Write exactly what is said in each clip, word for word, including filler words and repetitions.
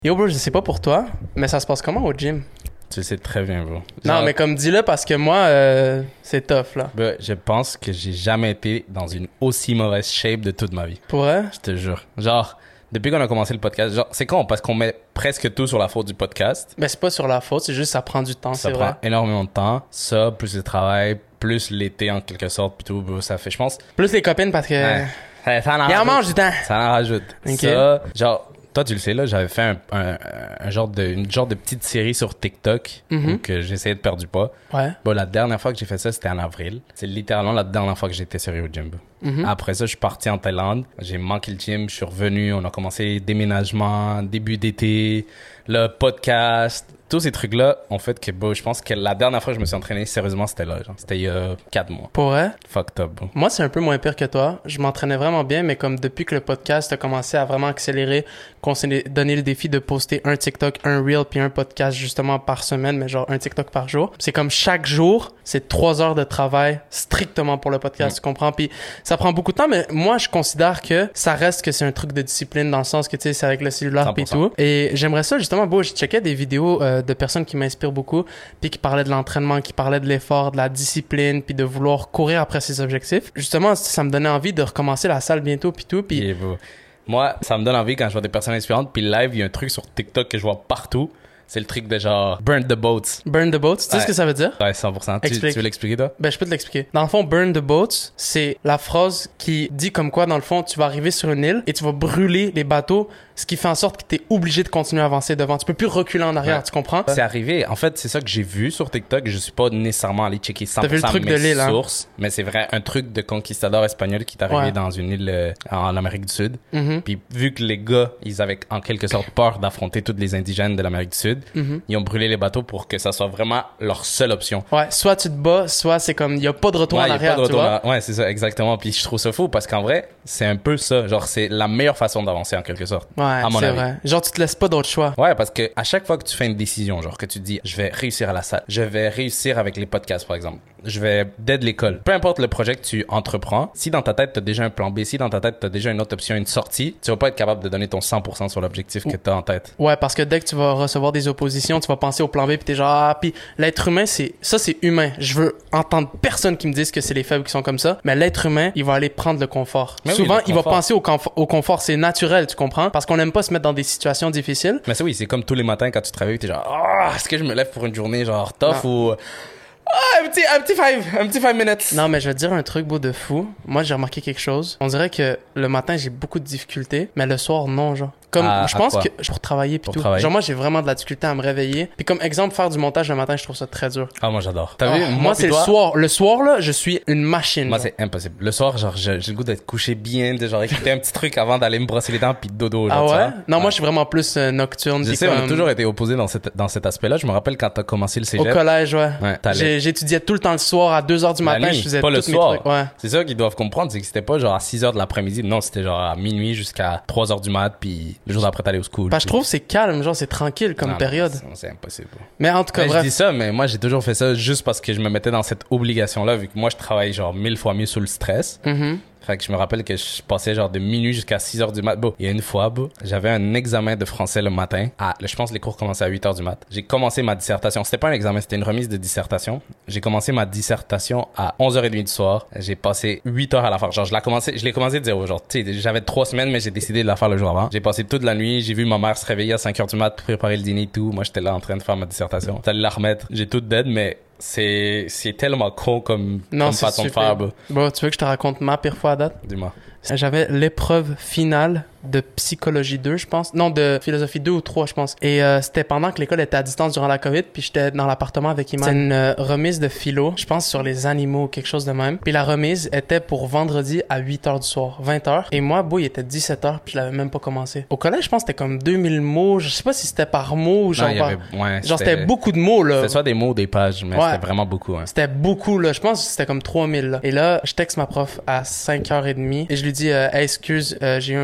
Yo bro, je sais pas pour toi, mais ça se passe comment au gym? Tu le sais très bien, bro. Genre, non, mais comme dis-le parce que moi, euh, c'est tough, là. Bro, je pense que j'ai jamais été dans une aussi mauvaise shape de toute ma vie. Pour vrai? Je te jure. Genre, depuis qu'on a commencé le podcast, genre, c'est con parce qu'on met presque tout sur la faute du podcast. Ben, c'est pas sur la faute, c'est juste ça prend du temps, Ça c'est prend vrai. énormément de temps. Ça, plus le travail, plus l'été en quelque sorte, puis tout, bro, ça fait, je pense... Plus les copines parce que... Ouais. Ça, ça en Il en rajoute. mange du temps. Ça en rajoute. Ok. Ça, genre... Toi, tu le sais, là, j'avais fait un, un, un genre de, une genre de petite série sur TikTok Mhm. où que j'essayais de perdre du poids. Ouais. Bon, la dernière fois que j'ai fait ça, c'était en avril. C'est littéralement la dernière fois que j'étais sérieux au gym. Mhm. Après ça, je suis parti en Thaïlande. J'ai manqué le gym, je suis revenu. On a commencé déménagement, début d'été, le podcast. Tous ces trucs-là ont fait que, bon, je pense que la dernière fois que je me suis entraîné sérieusement, c'était là. Genre. C'était il y a quatre mois. Pour vrai? Fucked up, bro. Moi, c'est un peu moins pire que toi. Je m'entraînais vraiment bien, mais comme depuis que le podcast a commencé à vraiment accélérer, qu'on s'est donné le défi de poster un TikTok, un Reel, puis un podcast justement par semaine, mais genre un TikTok par jour. C'est comme chaque jour, c'est trois heures de travail strictement pour le podcast, Mm. tu comprends? Puis ça prend beaucoup de temps, mais moi, je considère que ça reste que c'est un truc de discipline dans le sens que, tu sais, c'est avec le cellulaire et cent pour cent. tout. Et j'aimerais ça, justement, bon, je checkais des vidéos euh, de personnes qui m'inspirent beaucoup, puis qui parlaient de l'entraînement, qui parlaient de l'effort, de la discipline, puis de vouloir courir après ses objectifs. Justement, ça me donnait envie de recommencer la salle bientôt, puis tout, puis... Yeah, bro. Moi, ça me donne envie quand je vois des personnes inspirantes. Puis live, il y a un truc sur TikTok que je vois partout. C'est le truc de genre burn the boats. Burn the boats, tu sais Ouais. ce que ça veut dire? Ouais, cent pour cent. Tu, Explique. tu veux l'expliquer, toi? Ben, je peux te l'expliquer. Dans le fond, burn the boats, c'est la phrase qui dit comme quoi, dans le fond, tu vas arriver sur une île et tu vas brûler les bateaux, ce qui fait en sorte que tu es obligé de continuer à avancer devant. Tu peux plus reculer en arrière, Ouais. tu comprends? C'est arrivé. En fait, c'est ça que j'ai vu sur TikTok. Je suis pas nécessairement allé checker cent pour cent T'as vu le truc mes de l'île, hein? sources, mais c'est vrai, un truc de conquistador espagnol qui est arrivé Ouais. dans une île euh, en Amérique du Sud. Mhm. Puis vu que les gars, ils avaient en quelque sorte peur d'affronter tous les indigènes de l'Amérique du Sud, Mhm. ils ont brûlé les bateaux pour que ça soit vraiment leur seule option. Ouais, soit tu te bats, soit c'est comme, il y a pas de retour Ouais, en y a arrière, pas de tu retour vois? en- Ouais, c'est ça, exactement. Puis je trouve ça fou parce qu'en vrai, c'est un peu ça. Genre, c'est la meilleure façon d'avancer en quelque sorte. Ouais, à mon c'est avis. vrai. Genre, tu te laisses pas d'autre choix. Ouais, parce que à chaque fois que tu fais une décision, genre que tu dis, je vais réussir à la salle, je vais réussir avec les podcasts, par exemple, je vais d'aider l'école. Peu importe le projet que tu entreprends, si dans ta tête, t'as déjà un plan B, si dans ta tête, t'as déjà une autre option, une sortie, tu vas pas être capable de donner ton cent pour cent sur l'objectif que t'as en tête. Ouais, parce que dès que tu vas recevoir des oppositions, tu vas penser au plan B puis t'es genre, ah, puis l'être humain, c'est, ça c'est humain. Je veux entendre personne qui me dise que c'est les faibles qui sont comme ça, mais l'être humain, il va aller prendre le confort. Mais oui, Souvent, le il va confort. penser au, confort, au confort, c'est naturel, tu comprends? Parce qu'on n'aime pas se mettre dans des situations difficiles. Mais ça, oui, c'est comme tous les matins quand tu travailles, t'es genre, ah, est-ce que je me lève pour une journée, genre, tough ou, ah, un petit, un petit five, un petit five minutes. Non, mais je vais te dire un truc beau de fou. Moi, j'ai remarqué quelque chose. On dirait que le matin, j'ai beaucoup de difficultés, mais le soir, non, genre. Comme, À- je à pense quoi? que, pour travailler pis Pour tout. travailler. Genre, moi, j'ai vraiment de la difficulté à me réveiller. Puis comme exemple, faire du montage le matin, je trouve ça très dur. Ah, moi, j'adore. T'as Ah, vu? moi, c'est pis le toi, soir. Le soir, là, je suis une machine. Moi, genre. c'est impossible. Le soir, genre, j'ai j'ai le goût d'être couché bien, de genre écouter un petit truc avant d'aller me brosser les dents puis de dodo. Genre, Ah tu ouais? vois? Non, Ouais. moi, je suis vraiment plus euh, nocturne. Je puis sais, on a comme- toujours été opposés dans, cette, dans cet aspect-là. Je me rappelle quand t'as commencé le Au cégep. collège, ouais. Ouais, t'allais. J'ai- J'étudiais tout le temps le soir à deux heures du La matin. nuit, Je faisais pas le tous mes soir. trucs. Ouais. C'est ça qu'ils doivent comprendre, c'est que c'était pas genre à six heures de l'après-midi. Non, c'était genre à minuit jusqu'à trois heures du mat, puis le jour d'après, t'allais au school. Bah, je puis- trouve que c'est calme, genre, c'est tranquille comme Non, non, période. c'est- C'est impossible. Mais en tout cas, Mais je bref. dis ça, mais moi, j'ai toujours fait ça juste parce que je me mettais dans cette obligation-là, vu que moi, je travaille genre mille fois mieux sous le stress. Mhm. Fait que je me rappelle que je passais genre de minuit jusqu'à six heures du mat. Bon, il y a une fois, bon, j'avais un examen de français le matin. Ah, je pense que les cours commençaient à huit heures du mat. J'ai commencé ma dissertation. C'était pas un examen, c'était une remise de dissertation. J'ai commencé ma dissertation à onze heures trente du soir. J'ai passé huit heures à la faire. Genre, je l'ai commencé, je l'ai commencé de zéro. Genre, tu sais, j'avais trois semaines, mais j'ai décidé de la faire le jour avant. J'ai passé toute la nuit. J'ai vu ma mère se réveiller à cinq heures du mat pour préparer le dîner et tout. Moi, j'étais là en train de faire ma dissertation. J'allais la remettre. J'ai tout dead, mais c'est, c'est tellement con comme, Non, comme c'est façon de super. faire, bro. Bon, tu veux que je te raconte ma pire fois à date? Dis-moi. J'avais l'épreuve finale de psychologie deux, je pense. Non, de philosophie deux ou trois, je pense. Et euh, c'était pendant que l'école était à distance durant la COVID, puis j'étais dans l'appartement avec Iman. C'était une euh, remise de philo, je pense, sur les animaux, quelque chose de même. Puis la remise était pour vendredi à huit heures du soir, vingt heures. Et moi, beau, il était dix-sept heures, puis je l'avais même pas commencé. Au collège, je pense que c'était comme deux mille mots. Je sais pas si c'était par mot ou genre Non, il y par... avait- ouais, Genre, c'était beaucoup de mots, là. C'était soit des mots ou des pages, mais Ouais. c'était vraiment beaucoup, hein. C'était beaucoup, là. Je pense que c'était comme trois mille, là. Et là, je texte ma prof à cinq heures trente et je lui dis, euh, hey, excuse, euh, j'ai eu un gros imprévu.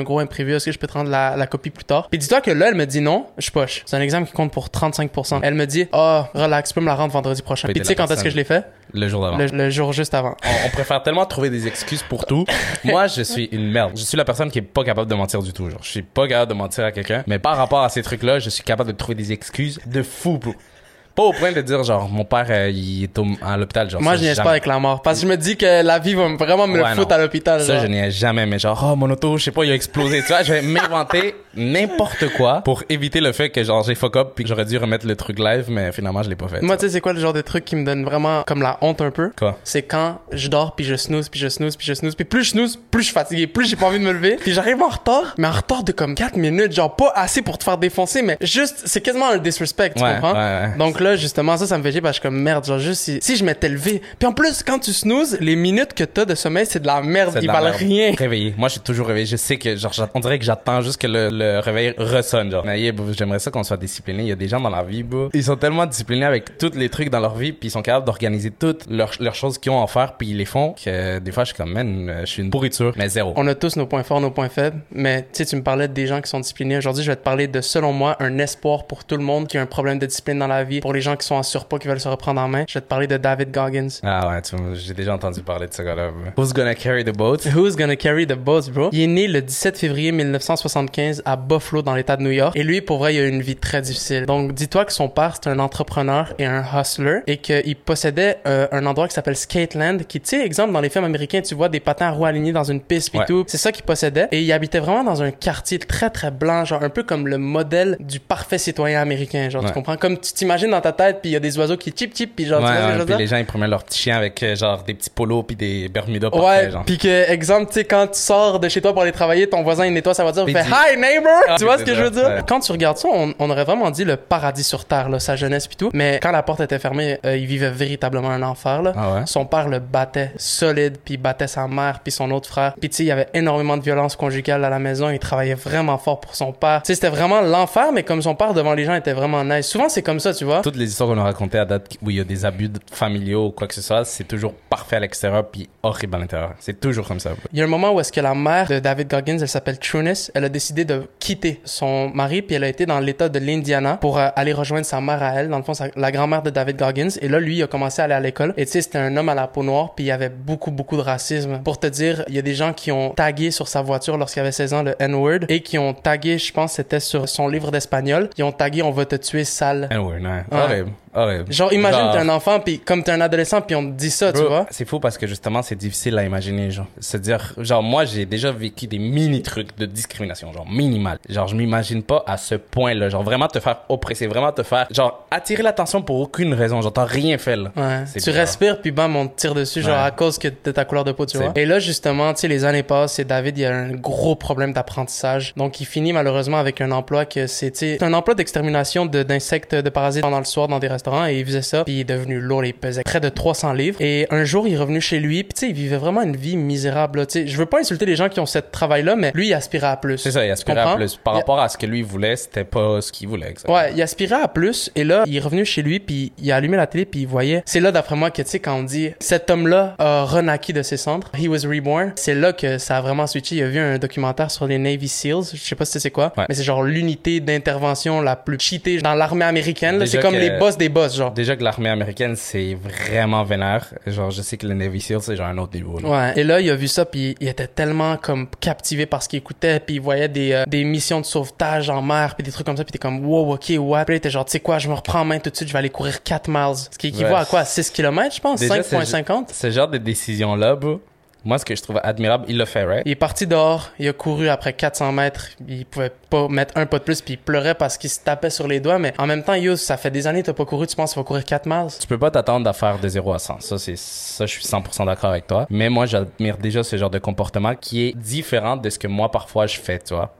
prévu, est-ce que je peux te rendre la, la copie plus tard? Puis dis-toi que là, elle me dit non, je poche. C'est un exemple qui compte pour trente-cinq pour cent. Elle me dit, oh, relax, tu peux me la rendre vendredi prochain. Puis tu sais quand est-ce que je l'ai fait? Le jour d'avant. Le, le jour juste avant. On, on préfère tellement trouver des excuses pour tout. Moi, je suis une merde. Je suis la personne qui est pas capable de mentir du tout. Genre, je suis pas capable de mentir à quelqu'un. Mais par rapport à ces trucs-là, je suis capable de trouver des excuses de fou, bro. Pas au point de dire, genre, mon père, euh, il est au, à l'hôpital. Genre, moi, je niaise pas avec la mort. Parce que je me dis que la vie va vraiment me ouais, le foutre à l'hôpital. Ça, genre. je niaise jamais. Mais genre, oh, mon auto, je sais pas, il a explosé. Tu vois, je vais m'inventer n'importe quoi pour éviter le fait que, genre, j'ai fuck up puis que j'aurais dû remettre le truc live, mais finalement, je l'ai pas fait. Moi, tu sais, c'est quoi le genre de truc qui me donne vraiment comme la honte un peu? Quoi? C'est quand je dors puis je snooze puis je snooze puis je snooze. Puis plus je snooze, plus je suis fatigué, plus j'ai pas envie de me lever. Puis j'arrive en retard, mais en retard de comme quatre minutes. Genre, pas assez pour te faire défoncer, mais juste, c'est quasiment un disrespect, tu ouais, comprends? Ouais, ouais. Donc là, justement, ça, ça me fait chier parce que je suis comme merde. Genre, juste si, si je m'étais levé. Puis en plus, quand tu snoozes, les minutes que t'as de sommeil, c'est de la merde. C'est de Ils la valent merde. rien. Réveillé. Moi, je suis toujours réveillé. Je sais que, genre, on dirait que j'attends juste que le, le réveil ressonne, genre. Mais, yeah, bro, j'aimerais ça qu'on soit discipliné. Il y a des gens dans la vie, bro. Ils sont tellement disciplinés avec tous les trucs dans leur vie, puis ils sont capables d'organiser toutes leurs, leurs choses qu'ils ont à faire, puis ils les font, que des fois, je suis comme, man, je suis une pourriture. Mais zéro. On a tous nos points forts, nos points faibles. Mais, tu sais, tu me parlais des gens qui sont disciplinés. Aujourd'hui, je vais te parler de, selon moi, un espoir pour tout le monde qui a un problème de discipline dans la vie. Pour les gens qui sont en surpoids, qui veulent se reprendre en main. Je vais te parler de David Goggins. Ah ouais, tu vois, j'ai déjà entendu parler de ce gars-là. Bro. Who's gonna carry the boat? Who's gonna carry the boat, bro? Il est né le dix-sept février mille neuf cent soixante-quinze à Buffalo, dans l'État de New York. Et lui, pour vrai, il a eu une vie très difficile. Donc, dis-toi que son père, c'est un entrepreneur et un hustler et qu'il possédait euh, un endroit qui s'appelle Skateland, qui, tu sais, exemple, dans les films américains, tu vois des patins à roues alignés dans une piste pis ouais. tout. C'est ça qu'il possédait. Et il habitait vraiment dans un quartier très, très blanc, genre un peu comme le modèle du parfait citoyen américain, genre, ouais. tu comprends? Comme tu t'imagines dans ta tête, puis il y a des oiseaux qui chip chip, puis genre, ouais, tu vois ouais, ce que je veux dire? les gens, ils promenaient leur petit chien avec, euh, genre, des petits polos puis des bermudas Ouais, parfaits, genre. pis que, exemple, tu sais, quand tu sors de chez toi pour aller travailler, ton voisin, il nettoie sa voiture, il fait « Hi, neighbor! Ah, » Tu vois ce que je veux dire? Ouais. Quand tu regardes ça, on, on aurait vraiment dit le paradis sur terre, là, sa jeunesse pis tout. Mais quand la porte était fermée, euh, il vivait véritablement un enfer, là. Ah ouais? Son père le battait solide, puis il battait sa mère puis son autre frère. Puis tu sais, il y avait énormément de violence conjugale à la maison. Il travaillait vraiment fort pour son père. Tu sais, c'était vraiment l'enfer, mais comme son père devant les gens était vraiment nice. Souvent, c'est comme ça, tu vois. Toutes les histoires qu'on a racontées à date où il y a des abus familiaux ou quoi que ce soit, c'est toujours parfait à l'extérieur puis horrible à l'intérieur. C'est toujours comme ça. Bro. Il y a un moment où est-ce que la mère de David Goggins, elle s'appelle Trunis, elle a décidé de quitter son mari puis elle a été dans l'état de l'Indiana pour euh, aller rejoindre sa mère à elle, dans le fond, sa, la grand-mère de David Goggins. Et là, lui, il a commencé à aller à l'école. Et tu sais, c'était un homme à la peau noire puis il y avait beaucoup, beaucoup de racisme. Pour te dire, il y a des gens qui ont tagué sur sa voiture lorsqu'il avait seize ans le N-word et qui ont tagué, je pense, c'était sur son livre d'espagnol, ils ont tagué « On va te tuer sale ». Anyway, ouais. Ouais. Horrible. Horrible. Genre, imagine genre... t'es un enfant puis comme t'es un adolescent puis on te dit ça, Bro, tu vois. C'est fou parce que justement, c'est difficile à imaginer, genre. C'est-à-dire, genre, moi, j'ai déjà vécu des mini-trucs de discrimination, genre, minimal. Genre, je m'imagine pas à ce point-là. Genre, vraiment te faire oppresser, vraiment te faire, genre, attirer l'attention pour aucune raison. Genre, t'as rien fait, là. Ouais. C'est Tu bizarre. respires puis bam, on te tire dessus, genre, Ouais. à cause que de ta couleur de peau, tu C'est- vois. Et là, justement, tu sais, les années passent et David, il a un gros problème d'apprentissage. Donc, il finit malheureusement avec un emploi que c'est, tu sais, un emploi d'extermination de, d'insectes, de parasites pendant le soir dans des restaurants et il faisait ça puis il est devenu lourd, il pesait près de trois cents livres. Et un jour, il est revenu chez lui puis tu sais, il vivait vraiment une vie misérable, là. Tu sais, je veux pas insulter les gens qui ont ce travail-là, mais lui, il aspirait à plus. C'est ça, il aspirait comprends? à plus. Par Il- rapport à ce que lui voulait, c'était pas ce qu'il voulait, exactement. Ouais, il aspirait à plus et là, il est revenu chez lui puis il a allumé la télé puis il voyait. C'est là d'après moi que tu sais quand on dit cet homme-là a renaquis de ses cendres, he was reborn. C'est là que ça a vraiment switché. Il a vu un documentaire sur les Navy Seals, je sais pas si tu sais c'est quoi, Ouais. mais c'est genre l'unité d'intervention la plus cheatée dans l'armée américaine, là. Déjà C'est comme que- les boss des boss, genre. Déjà que l'armée américaine, c'est vraiment vénère. Genre, je sais que le Navy SEAL, c'est genre un autre niveau, là. Ouais. Et là, il a vu ça puis il était tellement comme captivé par ce qu'il écoutait puis il voyait des euh, des missions de sauvetage en mer puis des trucs comme ça puis t'es comme wow, ok, ouais. Puis là, il était genre tu sais quoi, je me reprends en main tout de suite, je vais aller courir quatre miles, ce qui équivaut Ouais. à quoi, six kilomètres, je pense, Déjà, cinq c'est virgule ju- cinquante. Ce genre de décision-là, bro, moi, ce que je trouve admirable, il l'a fait, right? Il est parti dehors, il a couru après quatre cents mètres, il pouvait pas mettre un pas de plus puis il pleurait parce qu'il se tapait sur les doigts, mais en même temps, yo, ça fait des années que t'as pas couru, tu penses qu'il va courir quatre miles? Tu peux pas t'attendre à faire de zéro à cent. Ça, c'est, ça, je suis cent pour cent d'accord avec toi. Mais moi, j'admire déjà ce genre de comportement qui est différent de ce que moi, parfois, je fais, tu vois. Puis que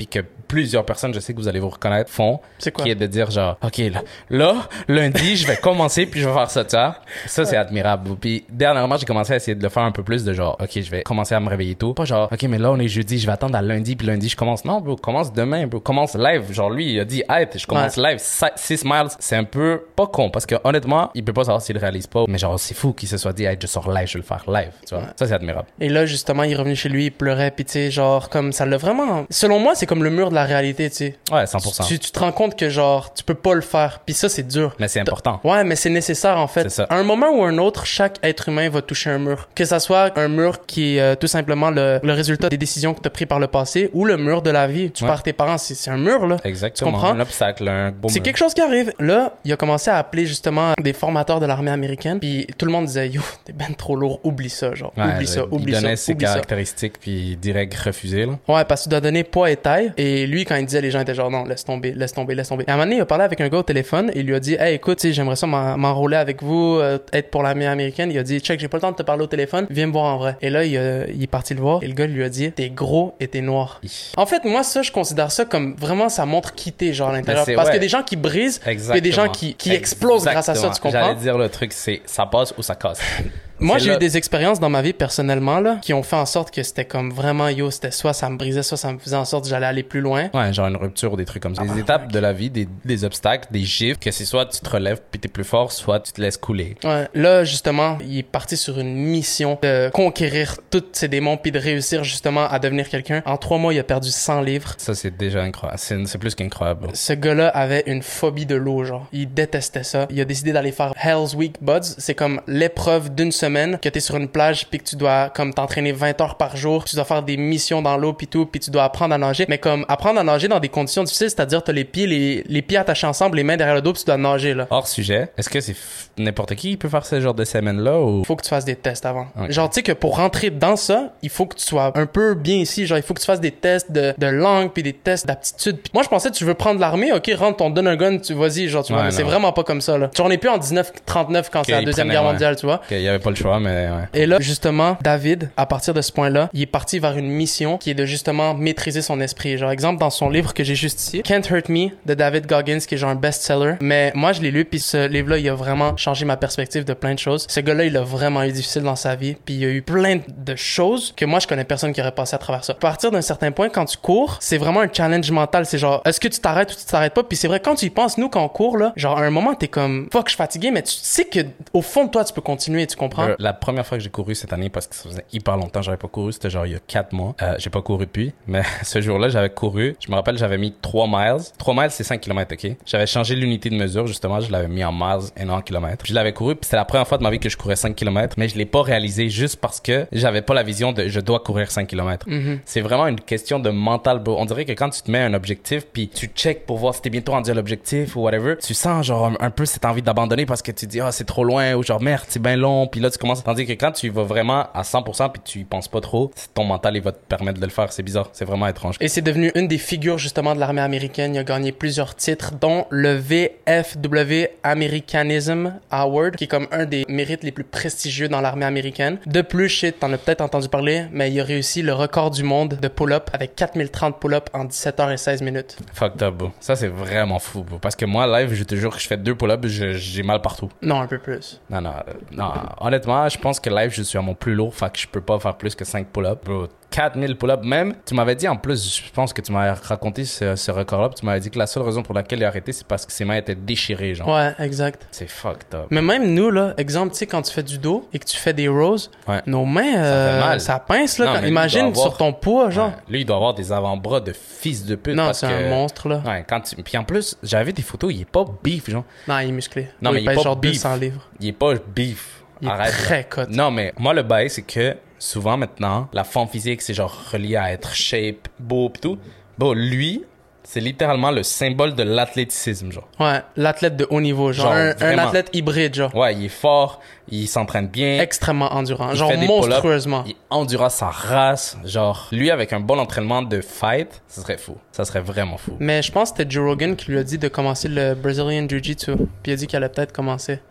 plusieurs personnes, je sais que vous allez vous reconnaître, font. C'est quoi? Qui est de dire genre, OK, là, là lundi, je vais commencer puis je vais faire ça, tu vois. Ça, c'est admirable. Puis dernièrement, j'ai commencé à essayer de le faire un peu plus de genre, OK, je vais commencer à me réveiller tôt. Pas genre, OK, mais là, on est jeudi, je vais attendre à lundi puis lundi, je commence. Non, bro, commence demain, bro. Commence live. Genre, lui, il a dit, hey, je commence ouais. live. six miles. C'est un peu pas con parce que honnêtement, il peut pas savoir s'il le réalise pas. Mais genre, c'est fou qu'il se soit dit, hey, je sors live, je vais le faire live. Tu vois. Ouais. Ça, c'est admirable. Et là, justement, il est revenu chez lui, il pleurait, puis tu sais, genre, comme ça l'a vraiment. Selon moi, c'est comme le mur de la réalité, tu sais. Ouais, cent pour cent. Tu, tu te rends compte que, genre, tu peux pas le faire. Puis ça, c'est dur. Mais c'est important. Ouais, mais c'est nécessaire, en fait. C'est ça. À un moment ou un autre, chaque être humain va toucher un mur. Que ça soit un mur qui est euh, tout simplement le, le résultat des décisions que tu as prises par le passé ou le mur de la vie. Tu ouais. perds tes parents, c'est, c'est un mur, là. Exactement. Tu comprends? Un obstacle, un beau C'est mur. quelque chose qui arrive. Là, il a commencé à appeler justement des formateurs de l'armée américaine. Puis tout le monde disait, yo, t'es ben trop lourd, oublie ça, genre. Ouais, oublie ça, oublie ça. Il donnait ses oublie ça. caractéristiques, puis direct refusé, là. Ouais, parce que tu dois donner poids et taille. Et lui, quand il disait, les gens étaient genre, non, laisse tomber, laisse tomber, laisse tomber. Et à un moment donné, il a parlé avec un gars au téléphone et il lui a dit, hey, écoute, tu sais, j'aimerais ça m'en- m'enrôler avec vous, euh, être pour l'armée américaine. Il a dit, check, j'ai pas le temps de te parler au téléphone, viens me voir en vrai. Et là, il, a- il est parti le voir et le gars lui a dit, t'es gros et t'es noir. En fait, moi, ça, je considère ça comme vraiment, ça montre qui t'es, genre, à l'intérieur. c'est- Parce ouais. qu'il y a des gens qui brisent, puis il y a Exactement. des gens qui, qui explosent grâce à ça, tu comprends? J'allais dire le truc, c'est ça passe ou ça casse. Moi, C'est j'ai là- eu des expériences dans ma vie personnellement, là, qui ont fait en sorte que c'était comme vraiment, yo, c'était soit ça me brisait, soit ça me faisait en sorte que j'allais aller plus loin. Ouais, genre une rupture ou des trucs comme ça. Des Ah, étapes ouais. de la vie, des, des obstacles, des gifs, que c'est soit tu te relèves puis t'es plus fort, soit tu te laisses couler. Ouais, là, justement, il est parti sur une mission de conquérir tous ses démons puis de réussir justement à devenir quelqu'un. En trois mois, il a perdu cent livres. Ça, c'est déjà incroyable. C'est, c'est plus qu'incroyable. Ce gars-là avait une phobie de l'eau, genre. Il détestait ça. Il a décidé d'aller faire Hell's Week Buds. C'est comme l'épreuve d'une semaine que t'es sur une plage puis que tu dois comme t'entraîner vingt heures par jour. Tu dois faire des missions dans l'eau puis tout puis tu dois apprendre à nager. Mais comme apprendre à nager dans des conditions difficiles, c'est-à-dire t'as les pieds, les, les pieds attachés ensemble, les mains derrière le dos puis tu dois nager, là. Hors sujet, est-ce que c'est f- n'importe qui qui peut faire ce genre de semaine-là ou... Faut que tu fasses des tests avant. Okay. Genre, tu sais que pour rentrer dans ça, il faut que tu sois un peu bien ici. Genre, il faut que tu fasses des tests de, de langue puis des tests d'aptitude. Puis moi, je pensais, tu veux prendre l'armée, ok, rentre, on te donne un gun, tu vas-y, genre, tu vois. Ouais, Mais c'est non. vraiment pas comme ça, là. Genre, on est plus en dix-neuf trente-neuf quand c'est la il Deuxième prenait, Guerre ouais. mondiale, tu vois. Ok, il y avait pas le choix, mais ouais. Et là, justement, David, à partir de ce point-là, il est parti vers une mission qui est de justement maîtriser son esprit. Genre, exemple, dans son livre que j'ai juste ici, Can't Hurt Me, de David Goggins, qui est genre un best-seller. Mais moi, je l'ai lu, puis ce livre-là, il a vraiment changé ma perspective de plein de choses. Ce gars-là, il a vraiment eu difficile dans sa vie, puis il a eu plein de choses que moi, je connais personne qui aurait passé à travers ça. À partir d'un certain point, quand tu cours, c'est vraiment un challenge mental. C'est genre, est-ce que tu t'arrêtes ou tu t'arrêtes pas? Puis c'est vrai, quand tu y penses, nous, quand on court, là, genre, à un moment, t'es comme, fuck, je suis fatigué, mais tu sais que au fond de toi, tu peux continuer, tu comprends? Euh, la première fois que j'ai couru cette année, parce que ça faisait hyper longtemps que j'avais pas couru, c'était genre il y a quatre mois. Euh, j'ai pas couru depuis, mais ce jour-là, j'avais couru. Je me rappelle, j'avais mis trois miles. trois miles, c'est cinq kilomètres, ok? J'avais changé l'unité de mesure, justement, je l'avais mis en miles et non en kilomètres. Je l'avais couru, puis c'était la première fois de ma vie que je courais cinq kilomètres, mais je l'ai pas réalisé juste parce que j'avais pas la vision de je dois courir cinq kilomètres. Mm-hmm. C'est vraiment une question de mental, bro. On dirait que quand tu te mets un objectif, puis tu check pour voir si t'es bientôt rendu à l'objectif ou whatever, tu sens genre un, un peu cette envie d'abandonner parce que tu te dis, ah, oh, c'est trop loin, ou genre, merde, c'est bien long, puis là, tu commences. Tandis que quand tu y vas vraiment à cent pour cent puis tu y penses pas trop, ton mental, il va te permettre de le faire. C'est bizarre. C'est vraiment étrange. Et c'est devenu une des figures justement de l'armée américaine. Il a gagné plusieurs titres, dont le V F W Americanism Award, qui est comme un des mérites les plus prestigieux dans l'armée américaine. De plus, shit, t'en as peut-être entendu parler, mais il a réussi le record du monde de pull-up avec quatre mille trente pull-up en dix-sept heures et seize minutes. Fucked up, bro. Ça, c'est vraiment fou, bro. Parce que moi, live, je te jure que je fais deux pull-ups, je- j'ai mal partout. Non, un peu plus. Non, non, euh, non. Honnêtement, je pense que live, je suis à mon plus lourd, fait que je peux pas faire plus que cinq pull-ups. Bro, quatre mille pull-ups même. Tu m'avais dit en plus, je pense que tu m'avais raconté ce, ce record-là, puis tu m'avais dit que la seule raison pour laquelle il a arrêté, c'est parce que ses mains étaient déchirées, genre. Ouais, exact. C'est fucked up. Mais même nous, là, exemple, tu sais, quand tu fais du dos et que tu fais des rows, Ouais. nos mains, euh, fait mal. ça pince, là. Non, quand- mais lui, il imagine doit avoir- sur ton poids, genre. Ouais. Lui, il doit avoir des avant-bras de fils de pute. Non, parce c'est que... un monstre, là. Ouais, quand tu... Puis en plus, j'avais des photos, il est pas beef, genre. Non, il est musclé. Non, Oui, mais il il est pèse pas genre beef. deux cents livres. Il est pas beef. Il est Arrête. là. très cut. Non, mais moi, le bail, c'est que souvent maintenant, la forme physique, c'est genre relié à être shape, beau pis tout. Bon, lui, c'est littéralement le symbole de l'athléticisme, genre. Ouais, l'athlète de haut niveau, genre, Genre, un, un vraiment. athlète hybride, genre. Ouais, il est fort, il s'entraîne bien. Extrêmement endurant, il genre fait des monstrueusement. pull-ups, Il endura sa race. Genre, lui, avec un bon entraînement de fight, ça serait fou. Ça serait vraiment fou. Mais je pense que c'était Joe Rogan qui lui a dit de commencer le Brazilian Jiu-Jitsu. Puis il a dit qu'il allait peut-être commencer.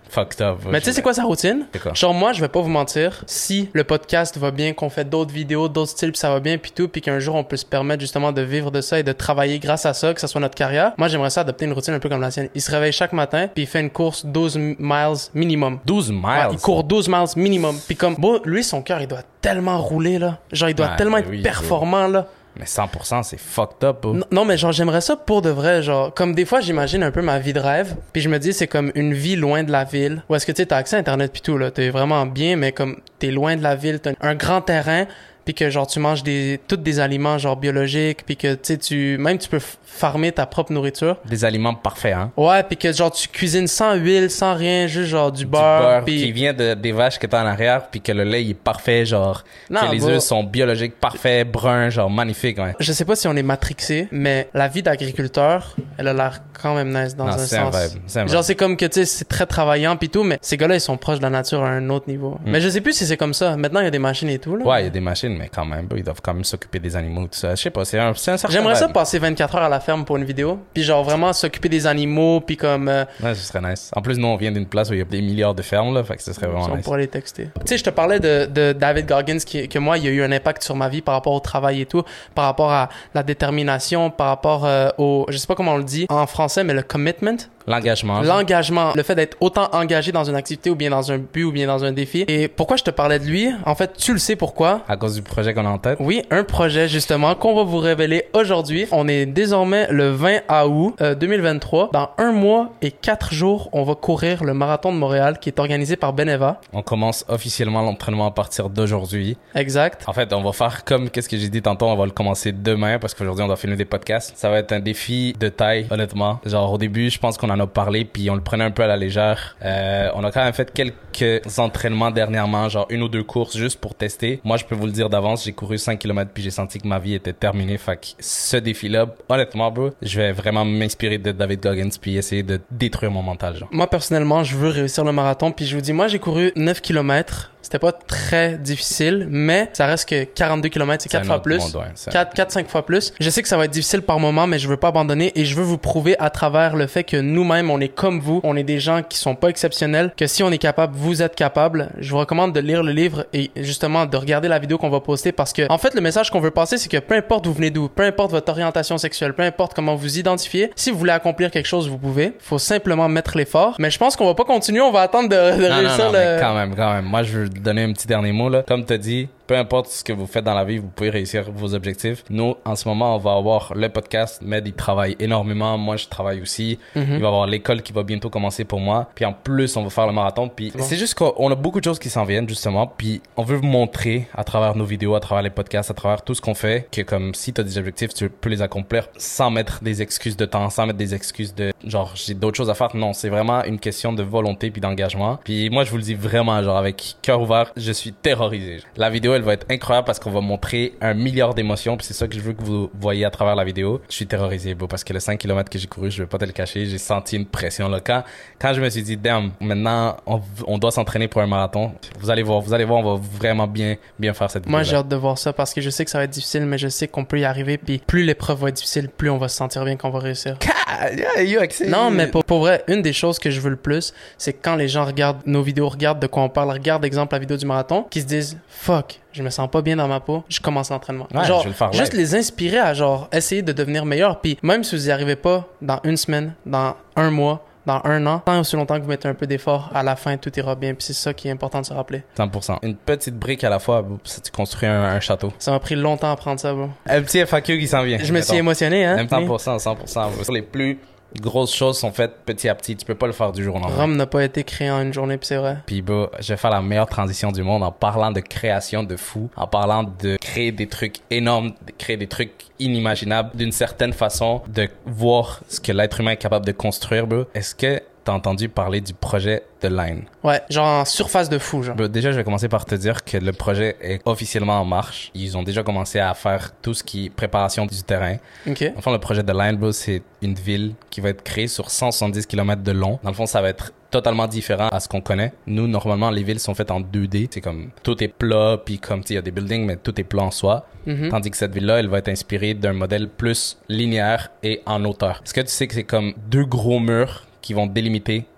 Fucked up. Mais tu sais, c'est quoi sa routine? C'est quoi? Genre, moi, je vais pas vous mentir. Si le podcast va bien, qu'on fait d'autres vidéos, d'autres styles, pis ça va bien, puis tout, puis qu'un jour, on peut se permettre justement de vivre de ça et de travailler grâce à ça, que ça soit notre carrière, moi, j'aimerais ça adopter une routine un peu comme la sienne. Il se réveille chaque matin, puis il fait une course douze miles minimum. douze miles? Ouais, il court douze miles minimum. Puis comme, bon, lui, son cœur, il doit tellement rouler, là. Genre, il doit Ouais, tellement être oui, performant, là. Mais cent pour cent, c'est fucked up. Bro. Non, non, mais genre, j'aimerais ça pour de vrai, genre, comme des fois, j'imagine un peu ma vie de rêve, puis je me dis, c'est comme une vie loin de la ville, où est-ce que, tu sais, t'as accès à Internet pis tout, là, t'es vraiment bien, mais comme, t'es loin de la ville, t'as un grand terrain, puis que, genre, tu manges des, tous des aliments, genre, biologiques, puis que, tu sais, tu, même tu peux farmer ta propre nourriture. Des aliments parfaits, hein? Ouais, puis que, genre, tu cuisines sans huile, sans rien, juste, genre, du, Du beurre, beurre pis... qui vient de, des vaches que t'as en arrière, puis que le lait, il est parfait, genre, Non, que les bro. œufs sont biologiques, parfaits, bruns, genre, magnifiques, ouais. Je sais pas si on est matrixé, mais la vie d'agriculteur, elle a l'air quand même nice dans Non, un c'est un sens. vibe, c'est un vibe. Genre, c'est comme que, tu sais, c'est très travaillant pis tout, mais ces gars-là, ils sont proches de la nature à un autre niveau. Mm. Mais je sais plus si c'est comme ça. Maintenant, il y a des machines et tout, là. Ouais, il y a des machines, mais quand même, bro, ils doivent quand même s'occuper des animaux, tout ça. Je sais pas, c'est un, c'est un certain J'aimerais ça vibe. passer vingt-quatre heures à la ferme pour une vidéo, puis genre vraiment s'occuper des animaux, puis comme... euh, Ouais, ce serait nice. En plus, nous, on vient d'une place où il y a des milliards de fermes, là, fait que ce serait vraiment on nice. pourrait les texter. Tu sais, je te parlais de, de David Goggins, qui, que moi, il y a eu un impact sur ma vie par rapport au travail et tout, par rapport à la détermination, par rapport euh, au... Je sais pas comment on le dit en français, mais le commitment. L'engagement. L'engagement, le fait d'être autant engagé dans une activité ou bien dans un but ou bien dans un défi. Et pourquoi je te parlais de lui? En fait, tu le sais pourquoi. À cause du projet qu'on a en tête. Oui, un projet justement qu'on va vous révéler aujourd'hui. On est désormais le vingt août euh, deux mille vingt-trois. Dans un mois et quatre jours, on va courir le marathon de Montréal qui est organisé par Beneva. On commence officiellement l'entraînement à partir d'aujourd'hui. Exact. En fait, on va faire comme qu'est-ce que j'ai dit tantôt, on va le commencer demain parce qu'aujourd'hui on doit filmer des podcasts. Ça va être un défi de taille, honnêtement. Genre au début, je pense qu'on en a parlé puis on le prenait un peu à la légère. Euh, on a quand même fait quelques entraînements dernièrement, genre une ou deux courses juste pour tester. Moi, je peux vous le dire d'avance, j'ai couru cinq kilomètres puis j'ai senti que ma vie était terminée. Fait que ce défi-là, honnêtement, bro, je vais vraiment m'inspirer de David Goggins puis essayer de détruire mon mental, genre. Moi, personnellement, je veux réussir le marathon. Puis je vous dis, moi, j'ai couru neuf kilomètres. C'était pas très difficile, mais ça reste que quarante-deux kilomètres, c'est quatre un fois autre plus. monde, ouais, c'est un- quatre, quatre, cinq fois plus. Je sais que ça va être difficile par moment, mais je veux pas abandonner et je veux vous prouver à travers le fait que nous-mêmes, on est comme vous. On est des gens qui sont pas exceptionnels, que si on est capable, vous êtes capable. Je vous recommande de lire le livre et justement de regarder la vidéo qu'on va poster parce que, en fait, le message qu'on veut passer, c'est que peu importe où vous venez d'où, peu importe votre orientation sexuelle, peu importe comment vous identifiez, si vous voulez accomplir quelque chose, vous pouvez. Faut simplement mettre l'effort. Mais je pense qu'on va pas continuer, on va attendre de, de Non, non, réussir non, le... mais quand même, quand même. Moi, je veux donner un petit dernier mot, là. Comme t'as dit, peu importe ce que vous faites dans la vie, vous pouvez réussir vos objectifs. Nous, en ce moment, on va avoir le podcast. Med, il travaille énormément. Moi, je travaille aussi. Mhm. Il va y avoir l'école qui va bientôt commencer pour moi. Puis en plus, on va faire le marathon. Puis C'est bon. c'est juste qu'on a beaucoup de choses qui s'en viennent, justement. Puis on veut vous montrer à travers nos vidéos, à travers les podcasts, à travers tout ce qu'on fait, que comme si t'as des objectifs, tu peux les accomplir sans mettre des excuses de temps, sans mettre des excuses de genre, j'ai d'autres choses à faire. Non, c'est vraiment une question de volonté puis d'engagement. Puis moi, je vous le dis vraiment, genre, avec cœur ouvert, je suis terrorisé. La vidéo, elle va être incroyable parce qu'on va montrer un milliard d'émotions. Puis c'est ça que je veux que vous voyez à travers la vidéo. Je suis terrorisé, bro, parce que le cinq kilomètres que j'ai couru, je vais pas te le cacher, j'ai senti une pression là. Quand, quand je me suis dit, damn, maintenant, on, on doit s'entraîner pour un marathon. Vous allez voir, vous allez voir, on va vraiment bien, bien faire cette vidéo. Moi, j'ai hâte de voir ça parce que je sais que ça va être difficile, mais je sais qu'on peut y arriver. Puis plus l'épreuve va être difficile, plus on va se sentir bien qu'on va réussir. Yeah, you accès. Non, mais pour, pour vrai, une des choses que je veux le plus, c'est que quand les gens regardent nos vidéos, regardent de quoi on parle, regardent exemple la vidéo du marathon, qu'ils se disent « Fuck, je me sens pas bien dans ma peau, je commence l'entraînement. Ouais, genre, je vais le faire juste live. les inspirer à genre essayer de devenir meilleur. Puis même si vous y arrivez pas dans une semaine, dans un mois, dans un an, tant aussi longtemps que vous mettez un peu d'effort, à la fin, tout ira bien. Puis c'est ça qui est important de se rappeler. cent pour cent. Une petite brique à la fois, bro, ça, tu construis un, un château. Ça m'a pris longtemps à apprendre ça, bro. Un petit F A Q qui s'en vient. Je me suis Mettons. émotionné, hein. Même cent pour cent, cent pour cent. bro. Les plus grosses choses sont faites petit à petit. Tu peux pas le faire du jour au lendemain. Rome n'a pas été créé en une journée, puis c'est vrai. Puis bro, je vais faire la meilleure transition du monde en parlant de création de fou, en parlant de créer des trucs énormes, de créer des trucs inimaginables, d'une certaine façon, de voir ce que l'être humain est capable de construire, bro. Est-ce que t'as entendu parler du projet de Line? Ouais, genre en surface de fou, genre. Bro, déjà, je vais commencer par te dire que le projet est officiellement en marche. Ils ont déjà commencé à faire tout ce qui est préparation du terrain. OK. Enfin, le projet de Line, bro, c'est une ville qui va être créée sur cent soixante-dix kilomètres de long. Dans le fond, ça va être totalement différent à ce qu'on connaît. Nous, normalement, les villes sont faites en deux D. C'est comme, tout est plat, puis comme, tu sais, il y a des buildings, mais tout est plat en soi. Mhm. Tandis que cette ville-là, elle va être inspirée d'un modèle plus linéaire et en hauteur. Est-ce que tu sais que c'est comme deux gros murs qui vont délimiter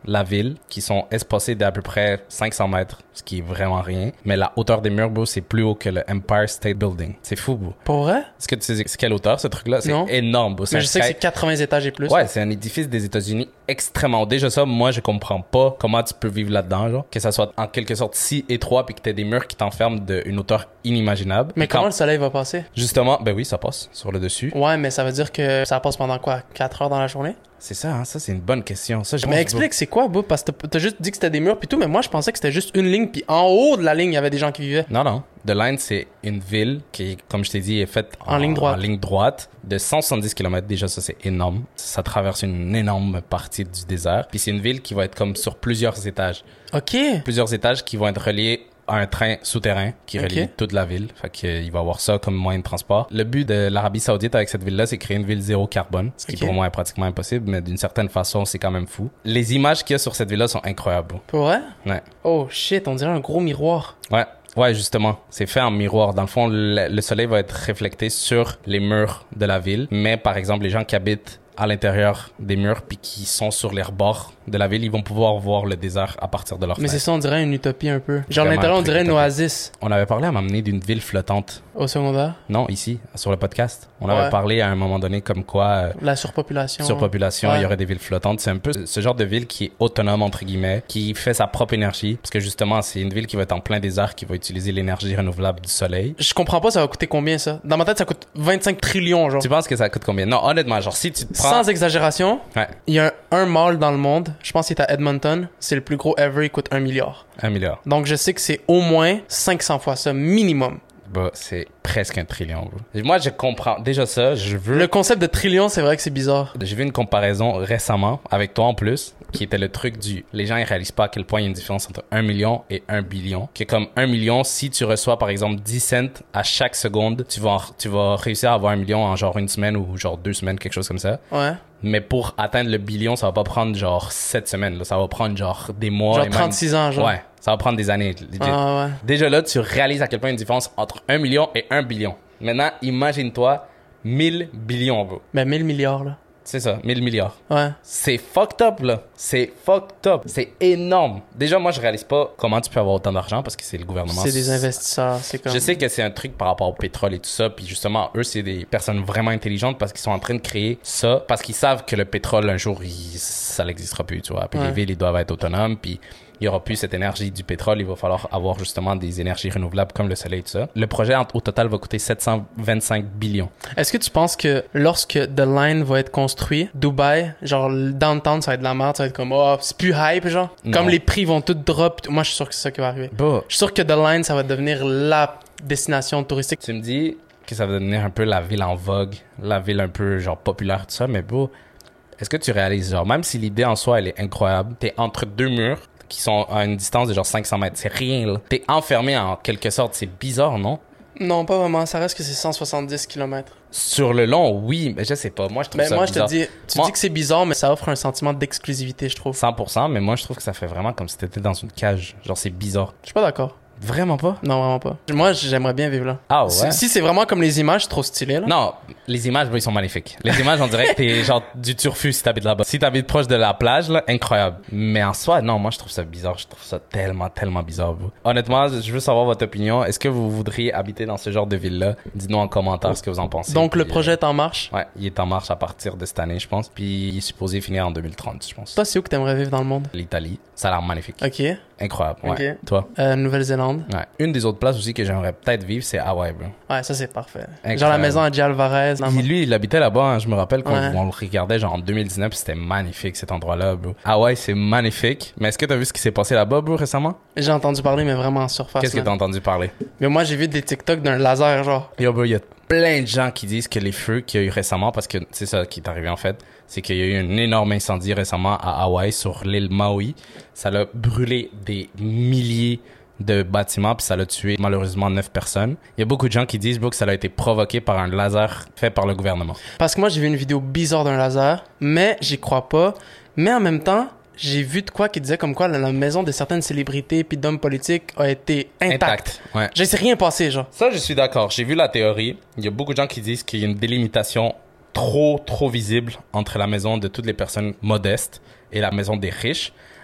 la ville qui sont espacés d'à peu près cinq cents mètres, ce qui est vraiment rien. Mais la hauteur des murs, bro, c'est plus haut que le Empire State Building. C'est fou, bro. Pour vrai? Est-ce que tu sais c'est quelle hauteur, ce truc-là? C'est Non. énorme, bro. Mais je un sais que sky- c'est quatre-vingts étages et plus. Ouais, c'est un édifice des États-Unis extrêmement haut. Déjà ça, moi, je comprends pas comment tu peux vivre là-dedans, genre. Que ça soit en quelque sorte si étroit puis que t'aies des murs qui t'enferment d'une hauteur inimaginable. Mais Et quand- comment le soleil va passer? Justement, ben oui, ça passe sur le dessus. Ouais, mais ça veut dire que ça passe pendant quoi? quatre heures dans la journée? C'est ça, hein, ça c'est une bonne question. Ça, je Mais explique, c'est quoi, Boub? Parce que t'as- t'as juste dit que c'était des murs pis tout, mais moi, je pensais que c'était juste une ligne, puis en haut de la ligne, il y avait des gens qui vivaient. Non, non. The Line, c'est une ville qui, comme je t'ai dit, est faite En ligne droite. en ligne droite de cent soixante-dix kilomètres. Déjà, ça, c'est énorme. Ça traverse une énorme partie du désert. Puis c'est une ville qui va être comme sur plusieurs étages. OK. Plusieurs étages qui vont être reliés à un train souterrain qui relie Ok. toute la ville. Fait qu'il va avoir ça comme moyen de transport. Le but de l'Arabie Saoudite avec cette ville-là, c'est créer une ville zéro carbone. Ce qui Ok. pour moi est pratiquement impossible, mais d'une certaine façon, c'est quand même fou. Les images qu'il y a sur cette ville-là sont incroyables. Pour vrai? Ouais. Oh shit, on dirait un gros miroir. Ouais. Ouais, justement. C'est fait en miroir. Dans le fond, le, le soleil va être réflecté sur les murs de la ville. Mais, par exemple, les gens qui habitent à l'intérieur des murs puis qui sont sur les rebords de la ville, ils vont pouvoir voir le désert à partir de leur Mais c'est fenêtre. ça, on dirait une utopie un peu. Genre, Vraiment l'intérieur, un on truc dirait une utopique. oasis On avait parlé à m'amener d'une ville flottante. au secondaire. Non, ici, sur le podcast. On Ouais. avait parlé à un moment donné comme quoi, euh, La surpopulation. surpopulation, Ouais. il y aurait des villes flottantes. C'est un peu ce genre de ville qui est autonome, entre guillemets, qui fait sa propre énergie. Parce que justement, c'est une ville qui va être en plein désert, qui va utiliser l'énergie renouvelable du soleil. Je comprends pas, ça va coûter combien ça? Dans ma tête, ça coûte vingt-cinq trillions, genre. Tu penses que ça coûte combien? Non, honnêtement, genre, si tu te prends... Sans exagération, Ouais, il y a un, un mall dans le monde, je pense qu'il est à Edmonton, c'est le plus gros ever, il coûte un milliard. un milliard. Donc je sais que c'est au moins cinq cents fois ça, minimum. Bah, c'est presque un trillion, bro. Et moi, je comprends. Déjà ça, je veux... Le concept de trillion, c'est vrai que c'est bizarre. J'ai vu une comparaison récemment, avec toi en plus, qui était le truc du... Les gens, ils réalisent pas à quel point il y a une différence entre un million et un billion. Que comme un million, si tu reçois, par exemple, dix cents à chaque seconde, tu vas, en- tu vas réussir à avoir un million en genre une semaine ou genre deux semaines, quelque chose comme ça. Ouais. Mais pour atteindre le billion, ça va pas prendre genre sept semaines, là. Ça va prendre genre des mois. Genre et même- trente-six ans, genre. Ouais. Ça va prendre des années. legit. Ah ouais. Déjà là, tu réalises à quel point il y a une différence entre un million et un billion. Maintenant, imagine-toi mille billions, bro. Ben mille milliards, là. C'est ça, mille milliards. Ouais. C'est fucked up, là. C'est fucked up. C'est énorme. Déjà, moi, je réalise pas comment tu peux avoir autant d'argent parce que c'est le gouvernement. C'est des investisseurs, c'est comme... Je sais que c'est un truc par rapport au pétrole et tout ça, puis justement, eux, c'est des personnes vraiment intelligentes parce qu'ils sont en train de créer ça, parce qu'ils savent que le pétrole, un jour, il- ça n'existera plus, tu vois. Puis Ouais. les villes, ils doivent être autonomes, puis il y aura plus cette énergie du pétrole, il va falloir avoir justement des énergies renouvelables comme le soleil et tout ça. Le projet, en- au total, va coûter sept cent vingt-cinq billions. Est-ce que tu penses que lorsque The Line va être construit, Dubaï, genre le downtown, ça va être de la merde, ça va être comme, oh, c'est plus hype, genre? Non. Comme les prix vont tout drop. Moi, je suis sûr que c'est ça qui va arriver. Bah, Je suis sûr que The Line, ça va devenir la destination touristique. tu me dis que ça va devenir un peu la ville en vogue, la ville un peu genre populaire, tout ça, mais bon, est-ce que tu réalises, genre, même si l'idée en soi, elle est incroyable, t'es entre deux murs qui sont à une distance de genre cinq cents mètres, c'est rien, là. T'es enfermé en quelque sorte, c'est bizarre, non? Non, pas vraiment. Ça reste que c'est cent soixante-dix kilomètres. Sur le long, oui, mais je sais pas, moi je trouve Mais ça moi, je bizarre. te dis, tu Moi- dis que c'est bizarre, mais ça offre un sentiment d'exclusivité, je trouve. cent pour cent, mais moi je trouve que ça fait vraiment comme si t'étais dans une cage, genre c'est bizarre. Je suis pas d'accord. Vraiment pas? Non, vraiment pas. Moi, j'aimerais bien vivre là. Ah ouais? Si, si c'est vraiment comme les images, c'est trop stylé, là. Non, les images, bro, ils sont magnifiques. Les images, on dirait que t'es genre du turfu si t'habites là-bas. Si t'habites proche de la plage, là, incroyable. Mais en soi, non, moi, je trouve ça bizarre. Je trouve ça tellement, tellement bizarre, bro. Honnêtement, je veux savoir votre opinion. Est-ce que vous voudriez habiter dans ce genre de ville-là? Dites-nous en commentaire ce que vous en pensez. Donc, le Puis, projet est en marche. euh, ouais, il est en marche à partir de cette année, je pense. Puis, il est supposé finir en deux mille trente, je pense. Toi, c'est où que t'aimerais vivre dans le monde? L'Italie, ça a l'air magnifique. Ok. Incroyable, ouais. Ok. Toi? Euh, Nouvelle-Zélande. Ouais. Une des autres places aussi que j'aimerais peut-être vivre, c'est Hawaï, bro. Ouais, ça, c'est parfait. Incroyable. Genre la maison à Gia Alvarez. dans- Il, lui, il habitait là-bas, hein, je me rappelle qu'on Ouais. on le regardait genre en deux mille dix-neuf, puis c'était magnifique cet endroit-là, bro. Hawaï, c'est magnifique. Mais est-ce que t'as vu ce qui s'est passé là-bas, bro, récemment? J'ai entendu parler, mais vraiment en surface. Qu'est-ce que là. t'as entendu parler? Mais moi, j'ai vu des TikTok d'un laser, genre. Yo, bro, il y a plein de gens qui disent que les feux qu'il y a eu récemment, parce que c'est ça qui est arrivé en fait, c'est qu'il y a eu un énorme incendie récemment à Hawaï, sur l'île Maui. Ça a brûlé des milliers de bâtiments, puis ça a tué malheureusement neuf personnes. Il y a beaucoup de gens qui disent, bro, que ça a été provoqué par un laser fait par le gouvernement. Parce que moi, j'ai vu une vidéo bizarre d'un laser, mais j'y crois pas. Mais en même temps, j'ai vu de quoi qui disait comme quoi la, la maison de certaines célébrités puis d'hommes politiques a été intacte. Intact. Ouais. Je sais rien passé, genre. Ça, je suis d'accord. J'ai vu la théorie. Il y a beaucoup de gens qui disent qu'il y a une délimitation trop, trop visible entre la maison de toutes les personnes modestes et la maison des riches.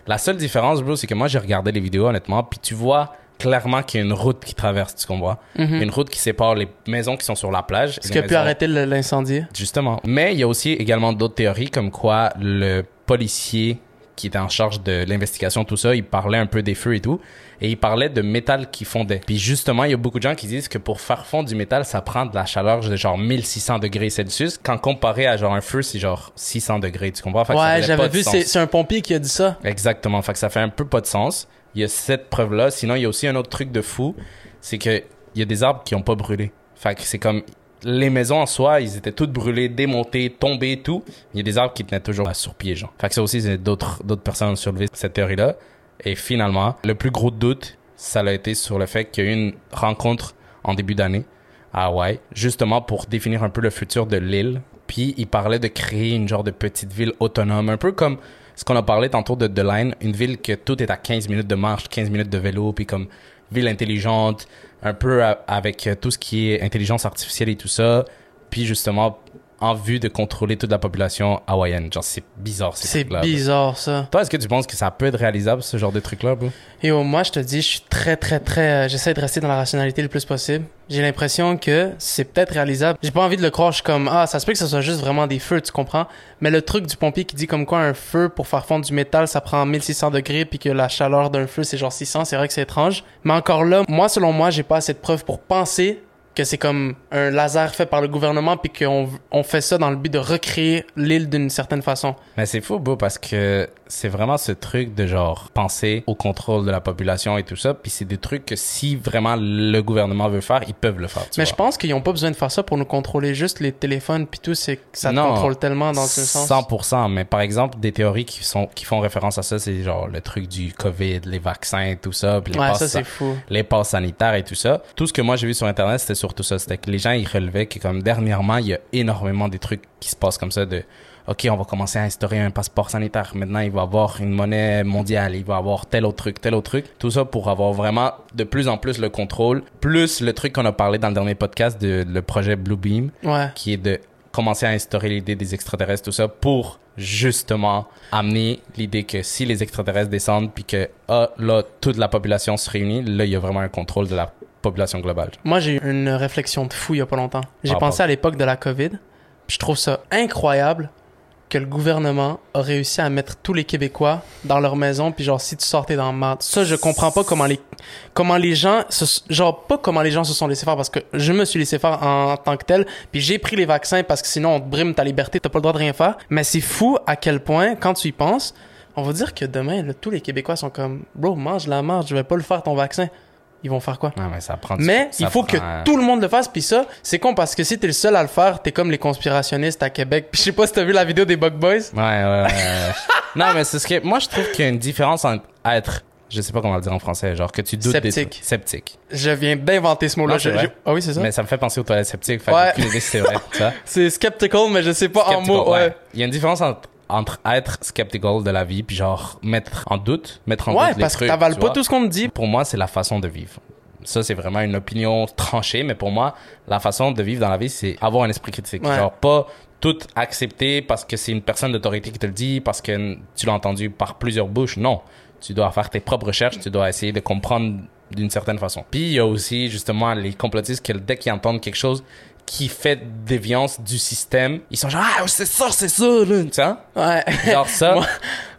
La seule différence, bro, c'est que moi, j'ai regardé les vidéos, honnêtement, puis tu vois clairement qu'il y a une route qui traverse, tu comprends? Mm-hmm. Une route qui sépare les maisons qui sont sur la plage. Ce qui a pu arrêter l'incendie. Justement. Mais il y a aussi également d'autres théories, comme quoi le policier qui était en charge de l'investigation, tout ça, il parlait un peu des feux et tout, et il parlait de métal qui fondait. Puis justement, il y a beaucoup de gens qui disent que pour faire fondre du métal, ça prend de la chaleur de genre mille six cents degrés Celsius, quand comparé à genre un feu, c'est genre six cents degrés, tu comprends? Fait que ouais, j'avais vu, c'est, c'est un pompier qui a dit ça. Exactement, fait que ça fait un peu pas de sens. Il y a cette preuve-là. Sinon, il y a aussi un autre truc de fou, c'est que il y a des arbres qui ont pas brûlé. Fait que c'est comme les maisons en soi, ils étaient toutes brûlées, démontées, tombées, tout. Il y a des arbres qui tenaient toujours sur pied, genre. Fait que ça aussi, c'est d'autres, d'autres personnes ont soulevé cette théorie-là. Et finalement, le plus gros doute, ça a été sur le fait qu'il y a eu une rencontre en début d'année à Hawaï, justement pour définir un peu le futur de l'île. Puis, ils parlaient de créer une genre de petite ville autonome, un peu comme ce qu'on a parlé tantôt de The Line, une ville que tout est à quinze minutes de marche, quinze minutes de vélo, puis comme ville intelligente, un peu à, avec tout ce qui est intelligence artificielle et tout ça, puis justement en vue de contrôler toute la population hawaïenne. Genre, c'est bizarre, ces C'est trucs-là, bizarre, bro. ça. Toi, est-ce que tu penses que ça peut être réalisable, ce genre de truc-là, bro? Et au moi, je te dis, je suis très, très, très... Euh, j'essaie de rester dans la rationalité le plus possible. J'ai l'impression que c'est peut-être réalisable. J'ai pas envie de le croire. Je suis comme, ah, ça se peut que ce soit juste vraiment des feux, tu comprends? Mais le truc du pompier qui dit comme quoi un feu, pour faire fondre du métal, ça prend mille six cents degrés, puis que la chaleur d'un feu, c'est genre six cents, c'est vrai que c'est étrange. Mais encore là, moi, selon moi, j'ai pas assez de preuves pour penser que c'est comme un laser fait par le gouvernement puis qu'on on fait ça dans le but de recréer l'île d'une certaine façon. Mais c'est fou, beau, parce que c'est vraiment ce truc de genre penser au contrôle de la population et tout ça, puis c'est des trucs que si vraiment le gouvernement veut faire, ils peuvent le faire. Mais vois. je pense qu'ils ont pas besoin de faire ça pour nous contrôler, juste les téléphones puis tout, c'est que ça te non, contrôle tellement dans un sens. cent pour cent, mais par exemple, des théories qui sont qui font référence à ça, c'est genre le truc du COVID, les vaccins, tout ça, puis les ouais, passes, ça c'est fou. les passes sanitaires et tout ça. Tout ce que moi j'ai vu sur Internet, c'était surtout ça. C'était que les gens, ils relevaient que comme dernièrement, il y a énormément des trucs qui se passent comme ça de OK, on va commencer à instaurer un passeport sanitaire. Maintenant, il va y avoir une monnaie mondiale. Il va y avoir tel autre truc, tel autre truc. Tout ça pour avoir vraiment de plus en plus le contrôle. Plus le truc qu'on a parlé dans le dernier podcast de le projet Bluebeam. Ouais. Qui est de commencer à instaurer l'idée des extraterrestres, tout ça, pour justement amener l'idée que si les extraterrestres descendent puis que, ah, là, toute la population se réunit, là, il y a vraiment un contrôle de la population globale. Moi, j'ai eu une réflexion de fou il y a pas longtemps. J'ai ah, pensé pas. à l'époque de la COVID. Puis je trouve ça incroyable que le gouvernement a réussi à mettre tous les Québécois dans leur maison, puis genre, si tu sortais dans le marde. Ça, je comprends pas comment les, comment les gens, se, genre, pas comment les gens se sont laissés faire, parce que je me suis laissé faire en, en tant que tel, puis j'ai pris les vaccins parce que sinon, on te brime ta liberté, t'as pas le droit de rien faire. Mais c'est fou à quel point, quand tu y penses, on va dire que demain, là, tous les Québécois sont comme, bro, mange la marde, je vais pas le faire ton vaccin. Ils vont faire quoi? Non, mais ça prend du... Mais ça il faut prend... que tout le monde le fasse. Puis ça, c'est con parce que si t'es le seul à le faire, t'es comme les conspirationnistes à Québec. Puis je sais pas si t'as vu la vidéo des Bug Boys. Ouais, ouais, ouais. Non, mais c'est ce que... Moi, je trouve qu'il y a une différence entre être... Je sais pas comment le dire en français. Genre que tu doutes Sceptique. des trucs. Sceptique. Je viens d'inventer ce mot-là. Non, c'est Je- vrai. je- Ah oui, c'est ça? Mais ça me fait penser aux toilettes sceptiques. Fait Ouais. que aucune idée si c'est vrai. Ça. C'est skeptical, mais je sais pas en Skeptical, mots. Ouais. Il y a une différence entre, entre être skeptical de la vie puis genre mettre en doute, mettre en Ouais, doute les parce que trucs. t'avales tu pas vois. tout ce qu'on te dit. Pour moi, c'est la façon de vivre. Ça, c'est vraiment une opinion tranchée, mais pour moi, la façon de vivre dans la vie, c'est avoir un esprit critique. Ouais. Genre, pas tout accepter parce que c'est une personne d'autorité qui te le dit, parce que tu l'as entendu par plusieurs bouches. Non. Tu dois faire tes propres recherches, tu dois essayer de comprendre d'une certaine façon. Puis, il y a aussi, justement, les complotistes que dès qu'ils entendent quelque chose qui fait déviance du système, ils sont genre, ah, c'est ça, c'est ça, là. Tu sais? Ouais. Genre ça. Moi-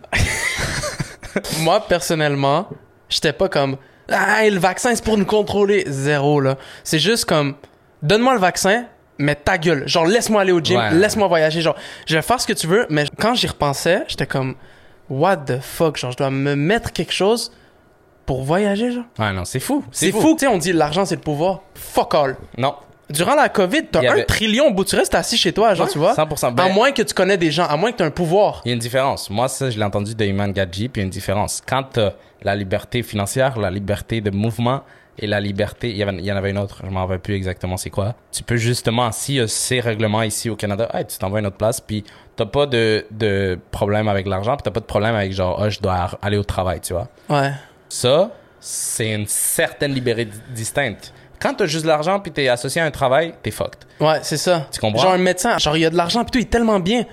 Moi, personnellement, j'étais pas comme, ah, le vaccin, c'est pour nous contrôler. Zéro, là. C'est juste comme, donne-moi le vaccin, mais ta gueule. Genre, laisse-moi aller au gym, Ouais. laisse-moi voyager. Genre, je vais faire ce que tu veux, mais quand j'y repensais, j'étais comme, what the fuck? Genre, je dois me mettre quelque chose pour voyager, genre. Ouais, non, c'est fou. C'est fou. Tu sais, on dit l'argent, c'est le pouvoir. Fuck all. Non. Durant la COVID, t'as Il y un avait- trillion au bout. Tu restes assis chez toi, genre, Ouais, tu vois. cent pour cent. À Ben- moins que tu connais des gens, à moins que t'aies un pouvoir. Il y a une différence. Moi, ça, je l'ai entendu de Iman Gadji, puis il y a une différence. Quand t'as la liberté financière, la liberté de mouvement et la liberté... Il y, avait, il y en avait une autre, je m'en rappelle plus exactement c'est quoi. Tu peux justement, s'il y a ces règlements ici au Canada, hey, tu t'en vas à une autre place, puis t'as pas de, de problème avec l'argent, puis t'as pas de problème avec genre, ah, je dois aller au travail, tu vois. Ouais. Ça, c'est une certaine liberté distincte. Quand t'as juste de l'argent puis t'es associé à un travail, t'es fucked. Ouais, c'est ça. Tu comprends? Genre un médecin, genre il y a de l'argent pis tout, il est tellement bien.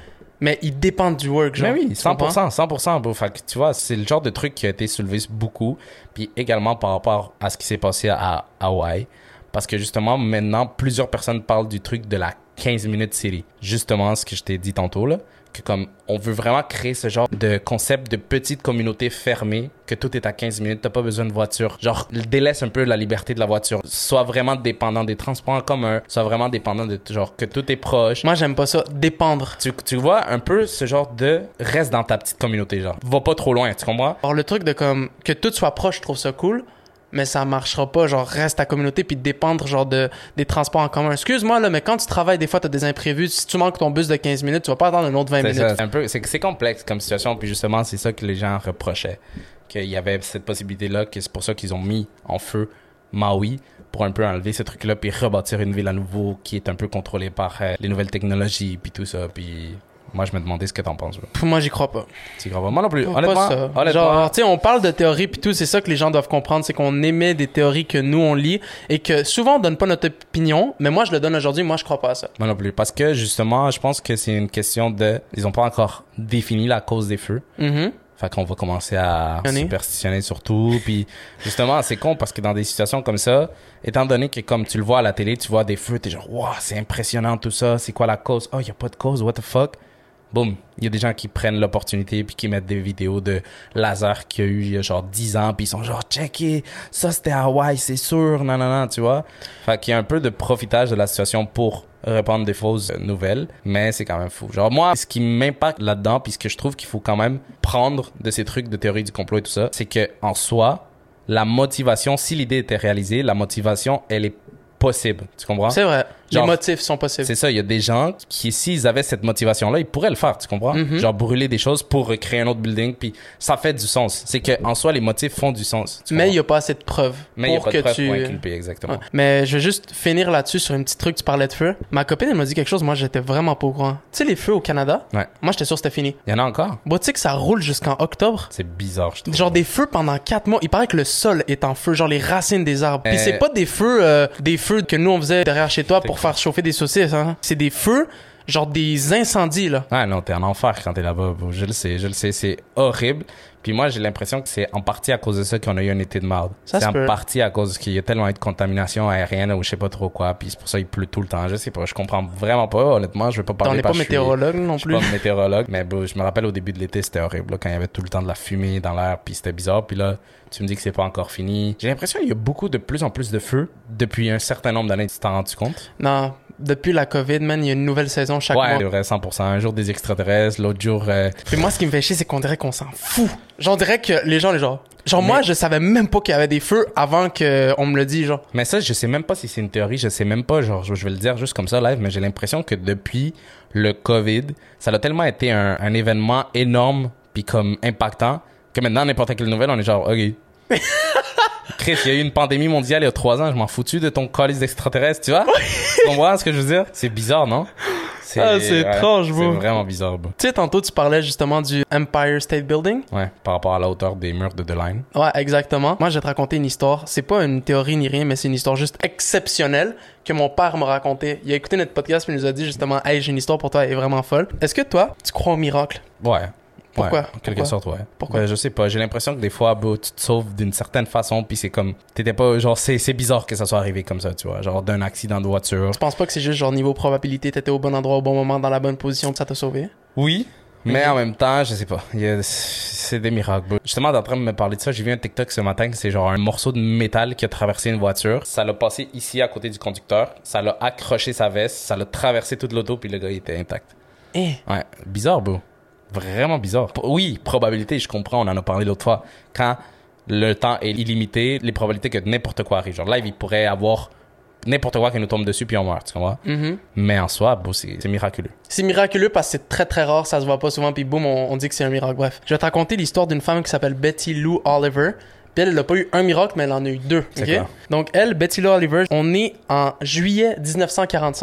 mais ils dépendent du work, genre. Mais oui, cent pour cent, cent pour cent, bro. Fait que, tu vois, c'est le genre de truc qui a été soulevé beaucoup. Puis également par rapport à ce qui s'est passé à Hawaï. Parce que justement, maintenant, plusieurs personnes parlent du truc de la quinze minutes série. Justement, ce que je t'ai dit tantôt, là. Que comme, on veut vraiment créer ce genre de concept de petite communauté fermée, que tout est à quinze minutes, t'as pas besoin de voiture. Genre, délaisse un peu la liberté de la voiture. Sois vraiment dépendant des transports en commun. Sois vraiment dépendant de, genre, que tout est proche. Moi, j'aime pas ça. Dépendre. Tu, tu vois un peu ce genre de reste dans ta petite communauté, genre. Va pas trop loin, tu comprends? Alors, le truc de comme, que tout soit proche, je trouve ça cool. Mais ça marchera pas, genre, reste ta communauté puis dépendre, genre, de, des transports en commun. Excuse-moi, là, mais quand tu travailles, des fois, t'as des imprévus. Si tu manques ton bus de quinze minutes, tu vas pas attendre un autre vingt c'est minutes. Ça, c'est un peu, c'est, c'est complexe comme situation, puis justement, c'est ça que les gens reprochaient. Qu'il y avait cette possibilité-là, que c'est pour ça qu'ils ont mis en feu Maui, pour un peu enlever ce truc-là, puis rebâtir une ville à nouveau qui est un peu contrôlée par euh, les nouvelles technologies, puis tout ça, puis... Moi, je me demandais ce que t'en penses. Pff, moi, j'y crois pas. Tu crois pas? Moi non plus. Pas Honnêtement, ça. honnêtement. Genre, tu sais, on parle de théorie puis tout, c'est ça que les gens doivent comprendre, c'est qu'on émet des théories que nous, on lit et que souvent, on donne pas notre opinion, mais moi, je le donne aujourd'hui, moi, je crois pas à ça. Moi non plus. Parce que, justement, je pense que c'est une question de... Ils ont pas encore défini la cause des feux. Mm-hmm. Fait qu'on va commencer à Année. superstitionner sur tout. Puis, justement, c'est con parce que dans des situations comme ça, étant donné que comme tu le vois à la télé, tu vois des feux, t'es genre, waouh, c'est impressionnant tout ça. C'est quoi la cause? Oh, y a pas de cause, what the fuck? Boum, il y a des gens qui prennent l'opportunité puis qui mettent des vidéos de laser qu'il y a eu il y a genre dix ans puis ils sont genre checké, ça c'était Hawaï, c'est sûr, non non non, tu vois. Fait qu'il y a un peu de profitage de la situation pour répandre des fausses nouvelles, mais c'est quand même fou. Genre moi, ce qui m'impacte là-dedans puis ce que je trouve qu'il faut quand même prendre de ces trucs de théorie du complot et tout ça, c'est que en soi, la motivation, si l'idée était réalisée, la motivation, elle est possible, tu comprends? C'est vrai. Genre, les motifs sont possibles. C'est ça, il y a des gens qui, s'ils avaient cette motivation-là, ils pourraient le faire, tu comprends? Mm-hmm. Genre brûler des choses pour recréer un autre building, puis ça fait du sens. C'est que en soi, les motifs font du sens. Mais il y a pas assez de preuves Mais il y a pour pas de que preuve tu... pour inculper, exactement. Ouais. Mais je vais juste finir là-dessus sur un petit truc, tu parlais de feu. Ma copine, elle m'a dit quelque chose, moi, j'étais vraiment pas au courant. Tu sais, les feux au Canada? Ouais. Moi, j'étais sûr que c'était fini. Il y en a encore? Bon, tu sais que ça roule jusqu'en octobre? C'est bizarre, je trouve. Genre des feux pendant quatre mois. Il paraît que le sol est en feu, genre les racines des arbres. Puis Euh... c'est pas des feux, euh, des feux que nous on faisait derrière chez toi pour faire chauffer des saucisses. Hein. C'est des feux, genre des incendies là. Ah non, t'es en enfer quand t'es là-bas. Bro. Je le sais, je le sais, c'est horrible. Puis moi, j'ai l'impression que c'est en partie à cause de ça qu'on a eu un été de merde. Ça c'est se en peut. partie à cause qu'il y a tellement eu de contamination aérienne ou je sais pas trop quoi. Puis c'est pour ça qu'il pleut tout le temps. Je sais pas, je comprends vraiment pas. Honnêtement, je vais pas parler. On n'est pas météorologue non plus. Je suis pas météorologue, mais bro, je me rappelle au début de l'été, c'était horrible. Là, quand il y avait tout le temps de la fumée dans l'air, puis c'était bizarre. Puis là, tu me dis que c'est pas encore fini. J'ai l'impression qu'il y a beaucoup de plus en plus de feux depuis un certain nombre d'années. Tu t'en rends compte? Non. Depuis la COVID, man, il y a une nouvelle saison chaque ouais, mois. c'est vrai, cent pour cent. Un jour des extraterrestres, l'autre jour... Euh... Puis moi, ce qui me fait chier, c'est qu'on dirait qu'on s'en fout. Genre, on dirait que les gens, les gens... Genre, mais... moi, je savais même pas qu'il y avait des feux avant qu'on me le dise, genre. Mais ça, je sais même pas si c'est une théorie. Je sais même pas, genre, je vais le dire juste comme ça live, mais j'ai l'impression que depuis le COVID, ça a tellement été un, un événement énorme puis comme impactant que maintenant, n'importe quelle nouvelle, on est genre, OK... Chris, il y a eu une pandémie mondiale il y a trois ans, je m'en foutu de ton colis d'extraterrestre, tu vois? Tu comprends ce que je veux dire? C'est bizarre, non? C'est, ah, c'est ouais, étrange, bro. C'est vraiment bizarre, bro. Tu sais, tantôt, tu parlais justement du Empire State Building. Ouais, par rapport à la hauteur des murs de The Line. Ouais, exactement. Moi, je vais te raconter une histoire. C'est pas une théorie ni rien, mais c'est une histoire juste exceptionnelle que mon père m'a racontée. Il a écouté notre podcast et il nous a dit justement, hey, j'ai une histoire pour toi, elle est vraiment folle. Est-ce que toi, tu crois au miracle? Ouais. Pourquoi? Ouais, en quelque Pourquoi? sorte, ouais. Pourquoi? Ben, je sais pas. J'ai l'impression que des fois, bro, tu te sauves d'une certaine façon, puis c'est comme, t'étais pas, genre, c'est, c'est bizarre que ça soit arrivé comme ça, tu vois. Genre, d'un accident de voiture. Tu penses pas que c'est juste genre niveau probabilité, t'étais au bon endroit, au bon moment, dans la bonne position, que ça t'a sauvé? Oui. Mais mm-hmm. en même temps, je sais pas. Il y a, c'est des miracles, bro. Justement, en train de me parler de ça, j'ai vu un TikTok ce matin que c'est genre un morceau de métal qui a traversé une voiture. Ça l'a passé ici à côté du conducteur. Ça l'a accroché sa veste. Ça l'a traversé toute l'auto, puis le gars, il était intact. Eh. Ouais. Bizarre, bro. Vraiment bizarre. Oui, probabilité, je comprends, on en a parlé l'autre fois. Quand le temps est illimité, les probabilités que n'importe quoi arrive. Genre là, il pourrait avoir n'importe quoi qui nous tombe dessus puis on meurt, tu comprends? Mm-hmm. Mais en soi, bon, c'est, c'est miraculeux. C'est miraculeux parce que c'est très très rare, ça se voit pas souvent, puis boum, on, on dit que c'est un miracle. Bref, je vais te raconter l'histoire d'une femme qui s'appelle Betty Lou Oliver. Puis elle, elle n'a pas eu un miracle, mais elle en a eu deux. C'est okay? quoi? Donc elle, Betty Lou Oliver, on est en juillet dix-neuf cent quarante-cinq,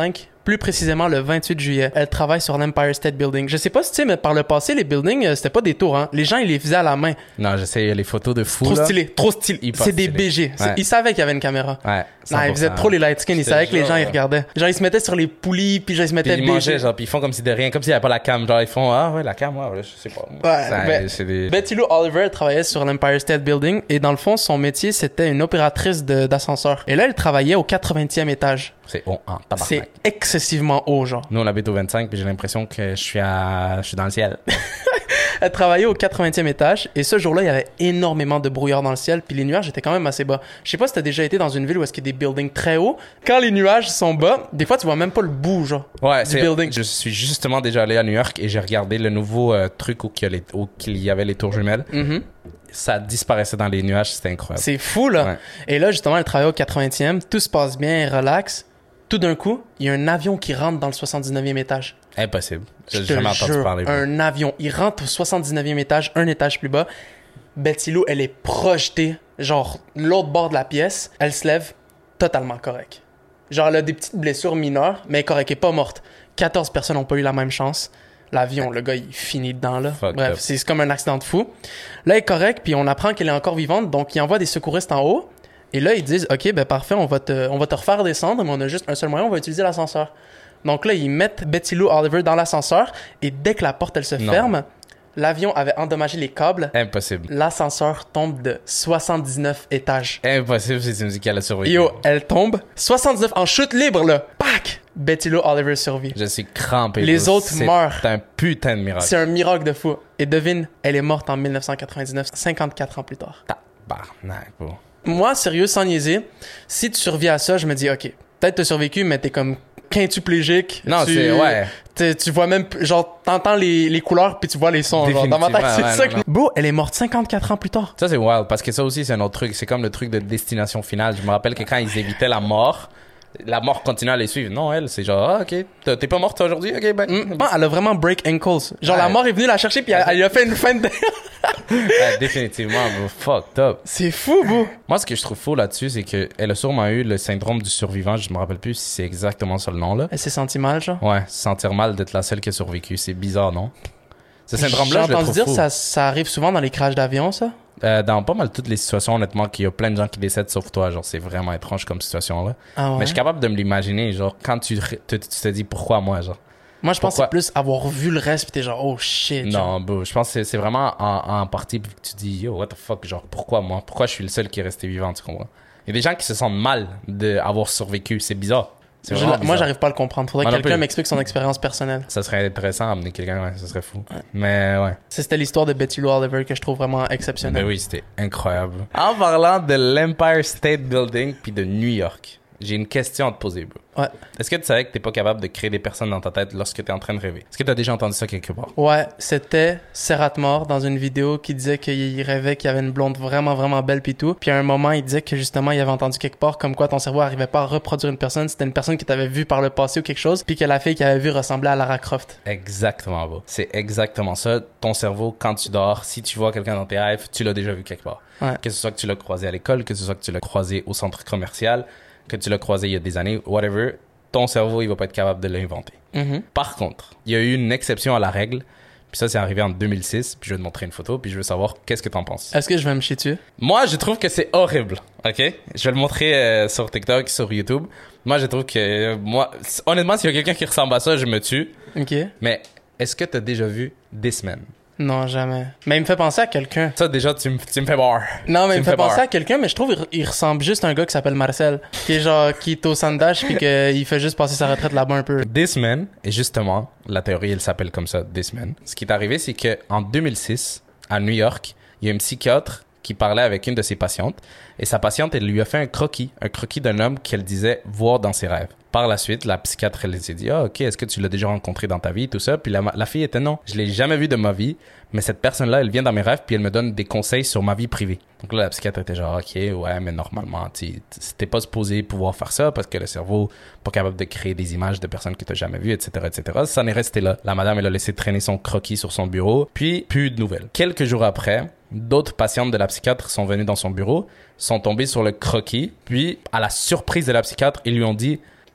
plus précisément le vingt-huit juillet. Elle travaille sur l'Empire State Building. Je sais pas si tu sais, mais par le passé, les buildings, euh, c'était pas des tours, hein. Les gens, ils les faisaient à la main. Non, je sais, il y a les photos de fous, Trop là. stylé, trop stylé. Hyper C'est des stylé. B G. Ouais. Ils savaient qu'il y avait une caméra. Ouais. Non, ils faisaient trop les light skin. Ils Je savaient te que les gens, jure, ils ils regardaient. Genre, ils se mettaient sur les poulies, puis genre, ils se Puis mettaient ils B G. mangeaient, genre, puis ils font comme si de rien, comme s'il n'y avait pas la cam. Genre, ils font, ah ouais, la cam, ouais, ouais, je sais pas. Ouais, Ça, ben, c'est des... Betty Lou Oliver, elle travaillait sur l'Empire State Building et dans le fond, son métier, c'était une opératrice de- d'ascenseur. Et là, elle travaillait au quatre-vingtième étage. C'est haut, en tabarnak. C'est excessivement haut, genre. Nous, on habite au vingt-cinq, puis j'ai l'impression que je suis à, je suis dans le ciel. Elle travaillait au quatre-vingtième étage et ce jour-là, il y avait énormément de brouillard dans le ciel puis les nuages étaient quand même assez bas. Je sais pas si t'as déjà été dans une ville où est-ce qu'il y a des buildings très hauts. Quand les nuages sont bas, des fois, tu vois même pas le bout, genre, Ouais, du c'est, building. je suis justement déjà allé à New York et j'ai regardé le nouveau euh, truc où, qu'il y a les, où qu'il y avait les tours jumelles. Mhm. Ça disparaissait dans les nuages, c'était incroyable. C'est fou, là. Ouais. Et là, justement, elle travaillait au quatre-vingtième. Tout se passe bien, relax. Tout d'un coup, il y a un avion qui rentre dans le soixante-dix-neuvième étage. Impossible. J'ai Je te jamais entendu jure, parler. bro. un avion. Il rentre au soixante-dix-neuvième étage, un étage plus bas. Betty Lou, elle est projetée, genre, l'autre bord de la pièce. Elle se lève totalement correcte. Genre, elle a des petites blessures mineures, mais correcte, elle est pas morte. quatorze personnes n'ont pas eu la même chance. L'avion, le gars, il finit dedans, là. Fucked Bref, up. c'est c'est comme un accident de fou. Là, elle est correcte, puis on apprend qu'elle est encore vivante, donc il envoie des secouristes en haut. Et là, ils disent, OK, ben parfait, on va te, on va te refaire descendre, mais on a juste un seul moyen, on va utiliser l'ascenseur. Donc là, ils mettent Betty Lou Oliver dans l'ascenseur, et dès que la porte, elle se Non. ferme, l'avion avait endommagé les câbles. Impossible. L'ascenseur tombe de soixante-dix-neuf étages. Impossible si tu me dis qu'elle a survécu. Yo, elle tombe. soixante-dix-neuf en chute libre, là. Pac! Betty Lou Oliver survit. Je suis crampé. Les bro. autres c'est meurent. C'est un putain de miracle. C'est un miracle de fou. Et devine, elle est morte en dix-neuf cent quatre-vingt-dix-neuf, cinquante-quatre ans plus tard. Tabarnak, bro. Moi, sérieux, sans niaiser, si tu survis à ça, je me dis, OK, peut-être t'as survécu, mais t'es comme quintuplégique. Non, tu, c'est... Ouais. t'es- Tu vois même, p- genre, t'entends les, les couleurs puis tu vois les sons. Genre, dans ma tête, c'est Définitivement, ça ouais, que... non, Bro, elle est morte cinquante-quatre ans plus tard. Ça, c'est wild, parce que ça aussi, c'est un autre truc. C'est comme le truc de destination finale. Je me rappelle que quand ils évitaient la mort, la mort continuait à les suivre. Non, elle, c'est genre, ah, OK, t'es t'es pas morte aujourd'hui? OK, ben... Mm. Non, elle a vraiment break ankles. Genre, Ouais. la mort est venue la chercher puis elle, elle lui a fait une fin de... Ouais, définitivement, bro. Fucked up. C'est fou, bro. Moi, ce que je trouve fou là-dessus, c'est qu'elle a sûrement eu le syndrome du survivant. Je me rappelle plus si c'est exactement ça le nom, là. Elle s'est sentie mal, genre. Ouais, se sentir mal d'être la seule qui a survécu. C'est bizarre, non? Ce J'ai syndrome-là, je le entendu trouve dire fou. ça, ça arrive souvent dans les crashs d'avion, ça. Euh, dans pas mal toutes les situations, honnêtement, qu'il y a plein de gens qui décèdent sauf toi. Genre, c'est vraiment étrange comme situation, là. Ah ouais. Mais je suis capable de me l'imaginer, genre, quand tu te, tu te dis pourquoi moi, genre. Moi, je pense que Pourquoi? c'est plus avoir vu le reste pis t'es genre, oh shit. genre. Non, bro, je pense que c'est- c'est vraiment en, en partie que tu dis, yo, what the fuck, genre, pourquoi moi? Pourquoi je suis le seul qui est resté vivant, tu comprends? Il y a des gens qui se sentent mal d'avoir survécu, c'est bizarre. C'est Je- vraiment moi, bizarre. j'arrive pas à le comprendre. Faudrait Moi que non quelqu'un plus. m'explique son expérience personnelle. Ça serait intéressant d'amener quelqu'un, ouais, ça serait fou. Mais ouais. Ça, C'était l'histoire de Betty Lou Oliver que je trouve vraiment exceptionnelle. Ben oui, c'était incroyable. En parlant de l'Empire State Building puis de New York, j'ai une question à te poser, bro. Ouais. Est-ce que tu savais que t'es pas capable de créer des personnes dans ta tête lorsque t'es en train de rêver? Est-ce que t'as déjà entendu ça quelque part? Ouais, c'était Serrat Mort dans une vidéo qui disait qu'il rêvait qu'il y avait une blonde vraiment, vraiment belle pis tout. Puis à un moment, il disait que justement, il avait entendu quelque part comme quoi ton cerveau arrivait pas à reproduire une personne. C'était une personne que t'avais vue par le passé ou quelque chose. Puis que la fille qu'il avait vue ressemblait à Lara Croft. Exactement, bro. C'est exactement ça. Ton cerveau, quand tu dors, si tu vois quelqu'un dans tes rêves, tu l'as déjà vu quelque part. Ouais. Que ce soit que tu l'as croisé à l'école, que ce soit que tu l'as croisé au centre commercial, que tu l'as croisé il y a des années, whatever, ton cerveau, il va pas être capable de l'inventer. Mhm. Par contre, il y a eu une exception à la règle. Puis ça, c'est arrivé en deux mille six. Puis je vais te montrer une photo. Puis je veux savoir qu'est-ce que t'en penses. Est-ce que je vais me chier dessus? Moi, je trouve que c'est horrible. OK? Je vais le montrer euh, sur TikTok, sur YouTube. Moi, je trouve que... euh, moi, c- honnêtement, s'il y a quelqu'un qui ressemble à ça, je me tue. Ok. Mais est-ce que t'as déjà vu This Man? Non, jamais. Mais il me fait penser à quelqu'un. Ça, déjà, tu me, tu me fais peur. Non, mais Tu il me fait penser peur. à quelqu'un, mais je trouve qu'il il ressemble juste à un gars qui s'appelle Marcel. Qui est genre, qui est au sandage puis qu'il fait juste passer sa retraite là-bas un peu. This Man, et justement, la théorie, elle s'appelle comme ça, This Man. Ce qui est arrivé, c'est que en deux mille six, à New York, il y a un psychiatre qui parlait avec une de ses patientes. Et sa patiente, elle lui a fait un croquis, un croquis d'un homme qu'elle disait voir dans ses rêves. Par la suite, la psychiatre, elle s'est dit, ah, ok, est-ce que tu l'as déjà rencontré dans ta vie, tout ça? Puis la, la fille était non, je l'ai jamais vu de ma vie, mais cette personne-là, elle vient dans mes rêves, puis elle me donne des conseils sur ma vie privée. Donc là, la psychiatre était genre, ok, ouais, mais normalement, tu t'es pas supposé pouvoir faire ça parce que le cerveau pas capable de créer des images de personnes que t'as jamais vues, et cetera, et cetera. Ça en est resté là. La madame, elle a laissé traîner son croquis sur son bureau, puis plus de nouvelles. Quelques jours après, d'autres patientes de la psychiatre sont venues dans son bureau, sont tombées sur le croquis, puis à la surprise de la psychiatre, ils lui ont dit,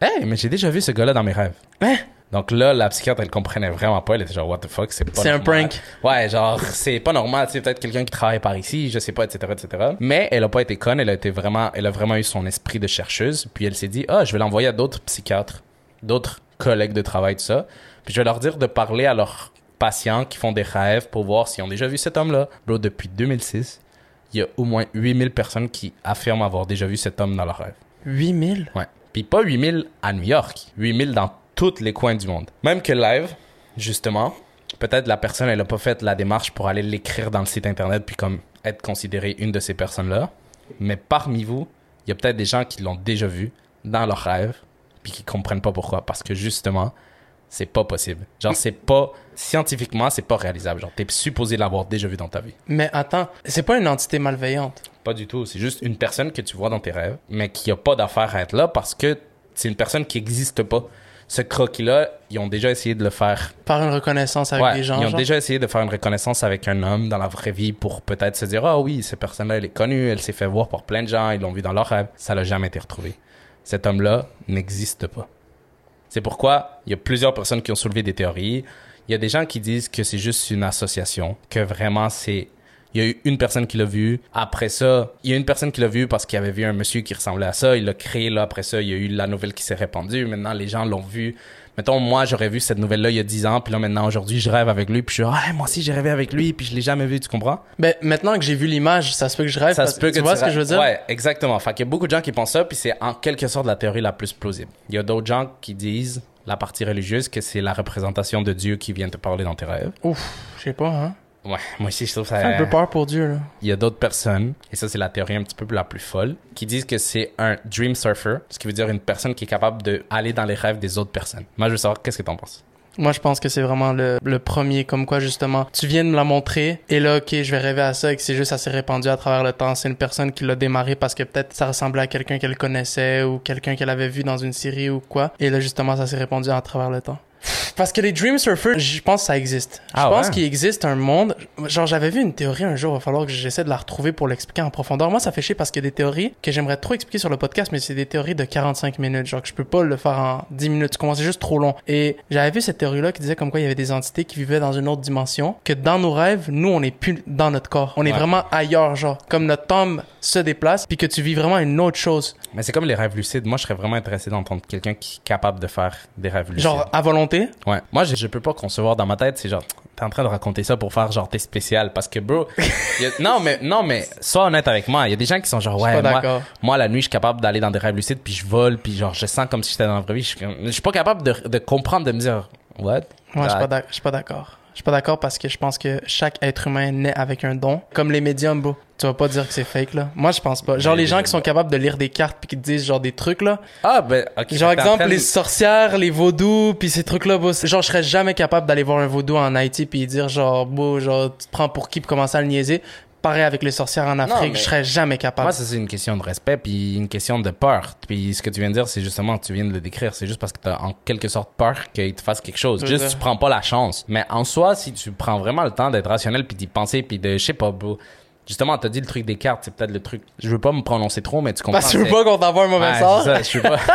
Hey, mais j'ai déjà vu ce gars-là dans mes rêves. Hein? Donc là, la psychiatre, elle comprenait vraiment pas. Elle était genre, what the fuck, c'est pas C'est un normal. prank. Ouais, genre, c'est pas normal. C'est peut-être quelqu'un qui travaille par ici, je sais pas, et cetera, et cetera. Mais elle a pas été conne. Elle a été vraiment, elle a vraiment eu son esprit de chercheuse. Puis elle s'est dit, ah, je vais l'envoyer à d'autres psychiatres, d'autres collègues de travail, tout ça. Puis je vais leur dire de parler à leurs patients qui font des rêves pour voir s'ils ont déjà vu cet homme-là. Bro, depuis deux mille six, il y a au moins huit mille personnes qui affirment avoir déjà vu cet homme dans leurs rêves. huit mille? Ouais. Puis pas huit mille à New York, huit mille dans tous les coins du monde. Même que live, justement, peut-être la personne, elle a pas fait la démarche pour aller l'écrire dans le site internet puis comme être considérée une de ces personnes-là. Mais parmi vous, il y a peut-être des gens qui l'ont déjà vu dans leurs rêves puis qui comprennent pas pourquoi. Parce que justement, c'est pas possible. Genre, c'est pas... Scientifiquement, c'est pas réalisable. Genre, t'es supposé l'avoir déjà vu dans ta vie. Mais attends, c'est pas une entité malveillante. Pas du tout. C'est juste une personne que tu vois dans tes rêves, mais qui a pas d'affaire à être là parce que c'est une personne qui existe pas. Ce croquis-là, ils ont déjà essayé de le faire. Par une reconnaissance avec Ouais, des gens, ils ont genre? déjà essayé de faire une reconnaissance avec un homme dans la vraie vie pour peut-être se dire « Ah oui, cette personne-là, elle est connue, elle s'est fait voir par plein de gens, ils l'ont vu dans leurs rêves. » Ça l'a jamais été retrouvé. Cet homme-là n'existe pas. C'est pourquoi il y a plusieurs personnes qui ont soulevé des théories. Il y a des gens qui disent que c'est juste une association, que vraiment c'est... Il y a eu une personne qui l'a vu. Après ça, il y a une personne qui l'a vu parce qu'il avait vu un monsieur qui ressemblait à ça. Il l'a créé là. Après ça, il y a eu la nouvelle qui s'est répandue. Maintenant, les gens l'ont vu. Mettons, moi, j'aurais vu cette nouvelle-là il y a dix ans. Puis là, maintenant, aujourd'hui, je rêve avec lui. Puis je suis ah, moi aussi, j'ai rêvé avec lui. Puis je l'ai jamais vu. Tu comprends? Ben, maintenant que j'ai vu l'image, ça se peut que je rêve. Ça parce... se peut que tu vois tu ce que je veux dire? Ouais, exactement. Fait qu'il y a beaucoup de gens qui pensent ça. Puis c'est en quelque sorte la théorie la plus plausible. Il y a d'autres gens qui disent, la partie religieuse, que c'est la représentation de Dieu qui vient te parler dans tes rêves. Ouf, je sais pas, hein? Ouais, moi aussi, je trouve ça... Ça fait un peu peur pour Dieu, là. Il y a d'autres personnes, et ça, c'est la théorie un petit peu la plus folle, qui disent que c'est un dream surfer, ce qui veut dire une personne qui est capable d'aller dans les rêves des autres personnes. Moi, je veux savoir, qu'est-ce que t'en penses? Moi, je pense que c'est vraiment le, le premier, comme quoi, justement, tu viens de me la montrer, et là, ok, je vais rêver à ça, et que c'est juste, ça s'est répandu à travers le temps. C'est une personne qui l'a démarré parce que peut-être ça ressemblait à quelqu'un qu'elle connaissait, ou quelqu'un qu'elle avait vu dans une série ou quoi. Et là, justement, ça s'est répandu à travers le temps. Parce que les Dream Surfers, je pense que ça existe. Je ah pense ouais? qu'il existe un monde... Genre, j'avais vu une théorie un jour, il va falloir que j'essaie de la retrouver pour l'expliquer en profondeur. Moi, ça fait chier parce qu'il y a des théories que j'aimerais trop expliquer sur le podcast, mais c'est des théories de quarante-cinq minutes. Genre, que je peux pas le faire en dix minutes. Tu comprends? C'est juste trop long. Et j'avais vu cette théorie-là qui disait comme quoi il y avait des entités qui vivaient dans une autre dimension, que dans nos rêves, nous, on est plus dans notre corps. On est ouais. vraiment ailleurs, genre. Comme notre âme se déplace, puis que tu vis vraiment une autre chose. Mais c'est comme les rêves lucides. Moi, je serais vraiment intéressé d'entendre quelqu'un qui est capable de faire des rêves lucides. Genre, à volonté? Ouais. Moi, je, je peux pas concevoir dans ma tête, c'est genre, t'es en train de raconter ça pour faire genre t'es spécial. Parce que, bro, y a, non, mais, non, mais, sois honnête avec moi. Il y a des gens qui sont genre, ouais, moi, moi, la nuit, je suis capable d'aller dans des rêves lucides, puis je vole, puis genre, je sens comme si j'étais dans la vraie vie. Je suis, je suis pas capable de, de comprendre, de me dire, what? Moi, je suis pas, je suis pas d'accord. Je suis pas d'accord parce que je pense que chaque être humain naît avec un don. Comme les médiums, bro. Tu vas pas dire que c'est fake, là. Moi, je pense pas. Genre, les gens qui sont capables de lire des cartes puis qui te disent, genre, des trucs, là. Ah, ben, ok. Genre, exemple, les sorcières, les vaudous, puis ces trucs-là, bro. Genre, je serais jamais capable d'aller voir un vaudou en Haïti puis dire, genre, bro, genre, tu te prends pour qui pour commencer à le niaiser. Pareil avec les sorcières en Afrique, non, mais je serais jamais capable. Moi, ça, c'est une question de respect puis une question de peur. Puis ce que tu viens de dire, c'est justement, tu viens de le décrire, c'est juste parce que t'as en quelque sorte peur qu'il te fasse quelque chose. Juste, tu prends pas la chance. Mais en soi, si tu prends vraiment le temps d'être rationnel puis d'y penser puis de, je sais pas, bro. Justement, t'as dit le truc des cartes, c'est peut-être le truc. Je veux pas me prononcer trop, mais tu comprends. Parce que tu veux pas qu'on t'envoie un mauvais ouais, sort. C'est ça, je veux pas.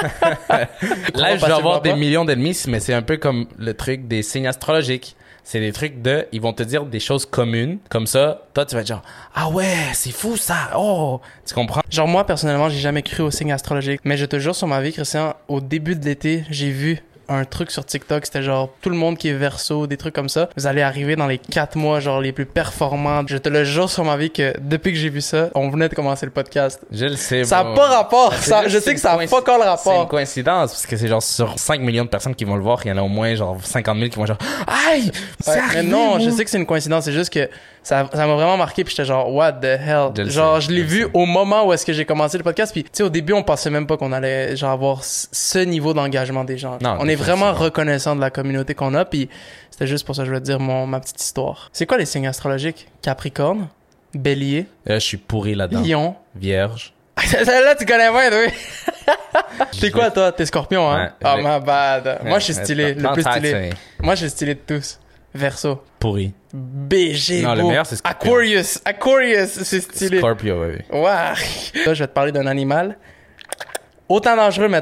Là, je vais avoir des millions d'ennemis, mais c'est un peu comme le truc des signes astrologiques. C'est des trucs de, ils vont te dire des choses communes. Comme ça, toi, tu vas être genre, ah ouais, c'est fou ça. Oh, tu comprends? Genre, moi, personnellement, j'ai jamais cru aux signes astrologiques. Mais je te jure sur ma vie, Christian, au début de l'été, j'ai vu un truc sur TikTok, c'était genre tout le monde qui est verso, des trucs comme ça. Vous allez arriver dans les quatre mois, genre les plus performants. Je te le jure sur ma vie que depuis que j'ai vu ça, on venait de commencer le podcast. Je le sais. Ça bon. a pas rapport. Ça, juste, je sais que ça a pas encore le rapport. C'est une coïncidence parce que c'est genre sur cinq millions de personnes qui vont le voir, il y en a au moins genre cinquante mille qui vont genre aïe, c'est ouais, arrivé. Mais non, moi. Je sais que c'est une coïncidence. C'est juste que ça, ça m'a vraiment marqué puis j'étais genre what the hell. Je genre sais, je l'ai je vu sais. au moment où est-ce que j'ai commencé le podcast puis tu sais au début on pensait même pas qu'on allait genre avoir ce niveau d'engagement des gens. Non, on est vraiment reconnaissant de la communauté qu'on a puis c'était juste pour ça que je voulais te dire mon ma petite histoire. C'est quoi les signes astrologiques? Capricorne, Bélier, là, je suis pourri là-dedans. Lion, Vierge. Celle-là tu connais bien oui. T'es quoi toi? T'es Scorpion hein? Ah ouais, oh my bad. Ouais, moi je suis stylé, le plus stylé. C'est... Moi je suis stylé de tous. Verseau. Pourri. B G. Non, beau. le meilleur, c'est Scorpio. Aquarius. Aquarius, c'est stylé. Scorpio, oui. Ouais. Là, je vais te parler d'un animal autant dangereux, mettons,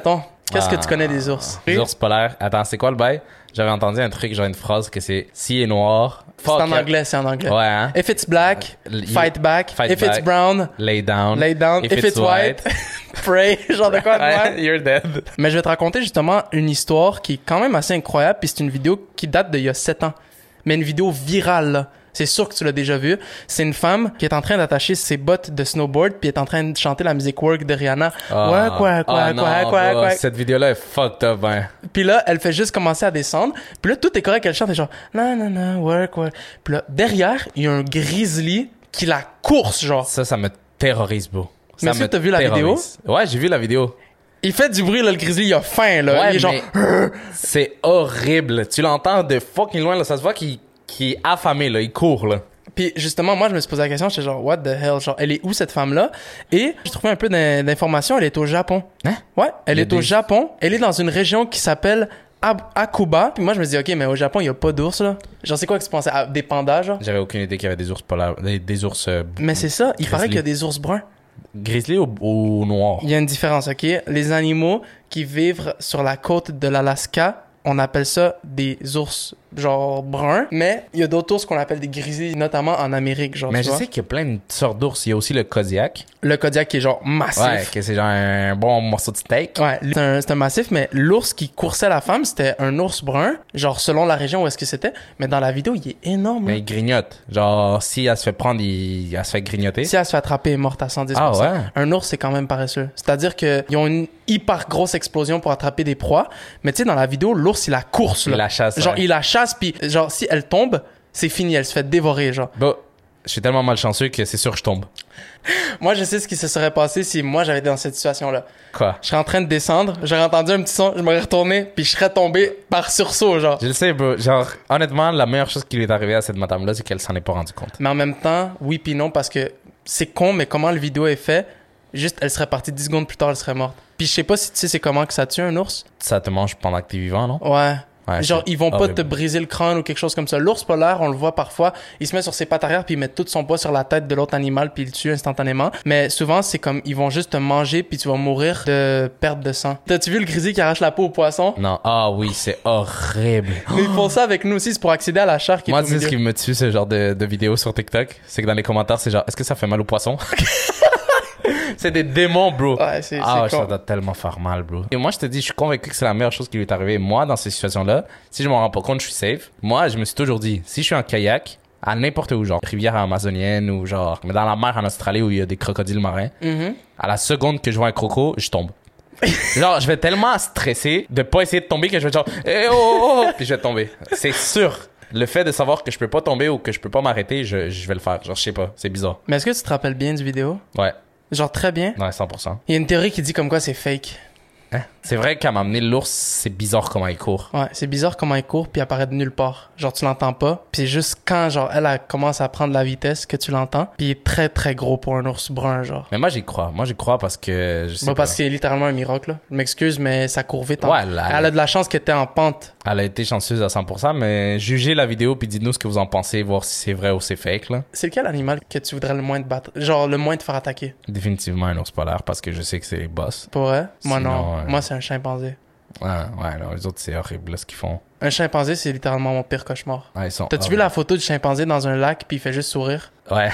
Qu'est-ce Ah. que tu connais des ours? Les ours polaires. Attends, c'est quoi le bail? J'avais entendu un truc, genre une phrase que c'est si est noir. C'est en anglais, c'est en anglais. Ouais, hein? If it's black, You- fight back. fight If it's back. brown, Lay down. lay down. If, it's, white, pray. Genre de quoi de Ouais, même. you're dead. Mais je vais te raconter justement une histoire qui est quand même assez incroyable, puis c'est une vidéo qui date d'il y a sept ans. Mais une vidéo virale, là. C'est sûr que tu l'as déjà vu. C'est une femme qui est en train d'attacher ses bottes de snowboard puis est en train de chanter la musique Work de Rihanna. Ah. Ouais, quoi, quoi, Ah quoi, non, quoi, bro, quoi. Cette vidéo-là est fucked up, hein. Puis là, elle fait juste commencer à descendre. Puis là, tout est correct. Elle chante et genre, non, non, non, work, work. Puis là, derrière, il y a un grizzly qui la course, genre. Ça, ça me terrorise, bro. Ça Mais est-ce me que t'as vu la terrorise. Ouais, j'ai vu la vidéo. Il fait du bruit, là, le grizzly, il a faim, là. Ouais, il est genre, mais c'est horrible. Tu l'entends de fucking loin, là. Ça se voit qu'il qu'il est affamé, là. Il court, là. Puis justement, moi, je me suis posé la question, j'étais genre, what the hell? Genre, elle est où cette femme-là? Et j'ai trouvé un peu d'in- d'informations, elle est au Japon. Hein? Ouais, elle Il y a est au des- Japon. Elle est dans une région qui s'appelle Ab- Akuba. Puis moi, je me dis, ok, mais au Japon, il y a pas d'ours, là. Genre, c'est quoi que tu pensais? À des pandas, genre? J'avais aucune idée qu'il y avait des ours polaires. Des, des ours euh, Mais c'est ça, il Grizzly. paraît qu'il y a des ours bruns. grizzly ou, ou noirs. Il y a une différence, ok? Les animaux qui vivent sur la côte de l'Alaska, on appelle ça des ours genre bruns, mais il y a d'autres ours qu'on appelle des grizzlies, notamment en Amérique, genre. Mais tu je vois. sais qu'il y a plein de sortes d'ours. Il y a aussi le Kodiak. Le Kodiak qui est genre massif. Ouais, que c'est genre un bon morceau de steak. Ouais, c'est un, c'est un massif, mais l'ours qui coursait la femme, c'était un ours brun, genre selon la région où est-ce que c'était, mais dans la vidéo, il est énorme. Mais là. il grignote. Genre, si elle se fait prendre, il... elle se fait grignoter. Si elle se fait attraper, elle est morte à cent dix pour cent. Ah ouais? Un ours, c'est quand même paresseux. C'est-à-dire qu'ils ont une hyper grosse explosion pour attraper des proies, mais tu sais, dans la vidéo, l'ours, il la course, là. Il la chasse. Genre, ouais. il la chasse, puis genre, si elle tombe, c'est fini, elle se fait dévorer, genre. Bon, je suis tellement malchanceux que c'est sûr que je tombe. Moi, je sais ce qui se serait passé si moi, j'avais été dans cette situation-là. Quoi? Je serais en train de descendre, j'aurais entendu un petit son, je m'aurais retourné, puis je serais tombé par sursaut, genre. Je le sais, bro. Genre, honnêtement, la meilleure chose qui lui est arrivée à cette madame-là, c'est qu'elle s'en est pas rendu compte. Mais en même temps, oui puis non, parce que c'est con, mais comment le vidéo est fait, juste, elle serait partie dix secondes plus tard, elle serait morte. Puis je sais pas si tu sais c'est comment que ça tue un ours. Ça te mange pendant que t'es vivant, non? Ouais. Ouais, Genre, c'est ils vont pas horrible. te briser le crâne ou quelque chose comme ça. L'ours polaire, on le voit parfois, il se met sur ses pattes arrière puis il met tout son poids sur la tête de l'autre animal puis il le tue instantanément. Mais souvent, c'est comme, ils vont juste te manger puis tu vas mourir de perte de sang. T'as-tu vu le grizzly qui arrache la peau au poisson? Non. Ah oui, c'est horrible. Mais ils font ça avec nous aussi, c'est pour accéder à la chair qui Moi, est tu au sais ce milieu. qui me tue, ce genre de, de vidéos sur TikTok? C'est que dans les commentaires, c'est genre, est-ce que ça fait mal au poisson? C'est des démons, bro. Ouais, c'est Ah, c'est ça con. doit tellement faire mal, bro. Et moi, je te dis, je suis convaincu que c'est la meilleure chose qui lui est arrivée. Moi, dans ces situations-là, si je m'en rends pas compte, je suis safe. Moi, je me suis toujours dit, si je suis en kayak, à n'importe où, genre, rivière amazonienne ou genre, mais dans la mer en Australie où il y a des crocodiles marins, Mhm. à la seconde que je vois un croco, je tombe. Genre, je vais tellement stresser de pas essayer de tomber que je vais genre, eh oh, oh, oh, puis je vais tomber. C'est sûr. Le fait de savoir que je peux pas tomber ou que je peux pas m'arrêter, je, je vais le faire. Genre, je sais pas. C'est bizarre. Mais est-ce que tu te rappelles bien du vidéo? Ouais. Genre très bien. Ouais, cent pour cent. Il y a une théorie qui dit comme quoi c'est fake. Hein? C'est vrai qu'à m'amener l'ours, c'est bizarre comment il court. Ouais, c'est bizarre comment il court puis apparaît de nulle part. Genre tu l'entends pas, puis c'est juste quand genre elle, elle commence à prendre la vitesse que tu l'entends, puis il est très très gros pour un ours brun genre. Mais moi, j'y crois. Moi, j'y crois parce que je sais Bah, pas. parce que c'est littéralement un miracle là. Je m'excuse mais ça court vite. hein. Ouais, là, Elle a de la chance qu'elle était en pente. elle a été chanceuse à cent pour cent, mais jugez la vidéo puis dites-nous ce que vous en pensez, voir si c'est vrai ou c'est fake, là. C'est lequel animal que tu voudrais le moins te battre? Genre le moins te faire attaquer? Définitivement un ours polaire parce que je sais que c'est les boss. Pour vrai? Moi Sinon, non. euh, Moi c'est un chimpanzé. Ouais, ouais, non, les autres, c'est horrible, là, ce qu'ils font. Un chimpanzé c'est littéralement mon pire cauchemar. Ouais, ils sont T'as-tu vu horribles. la photo du chimpanzé dans un lac puis il fait juste sourire? Ouais.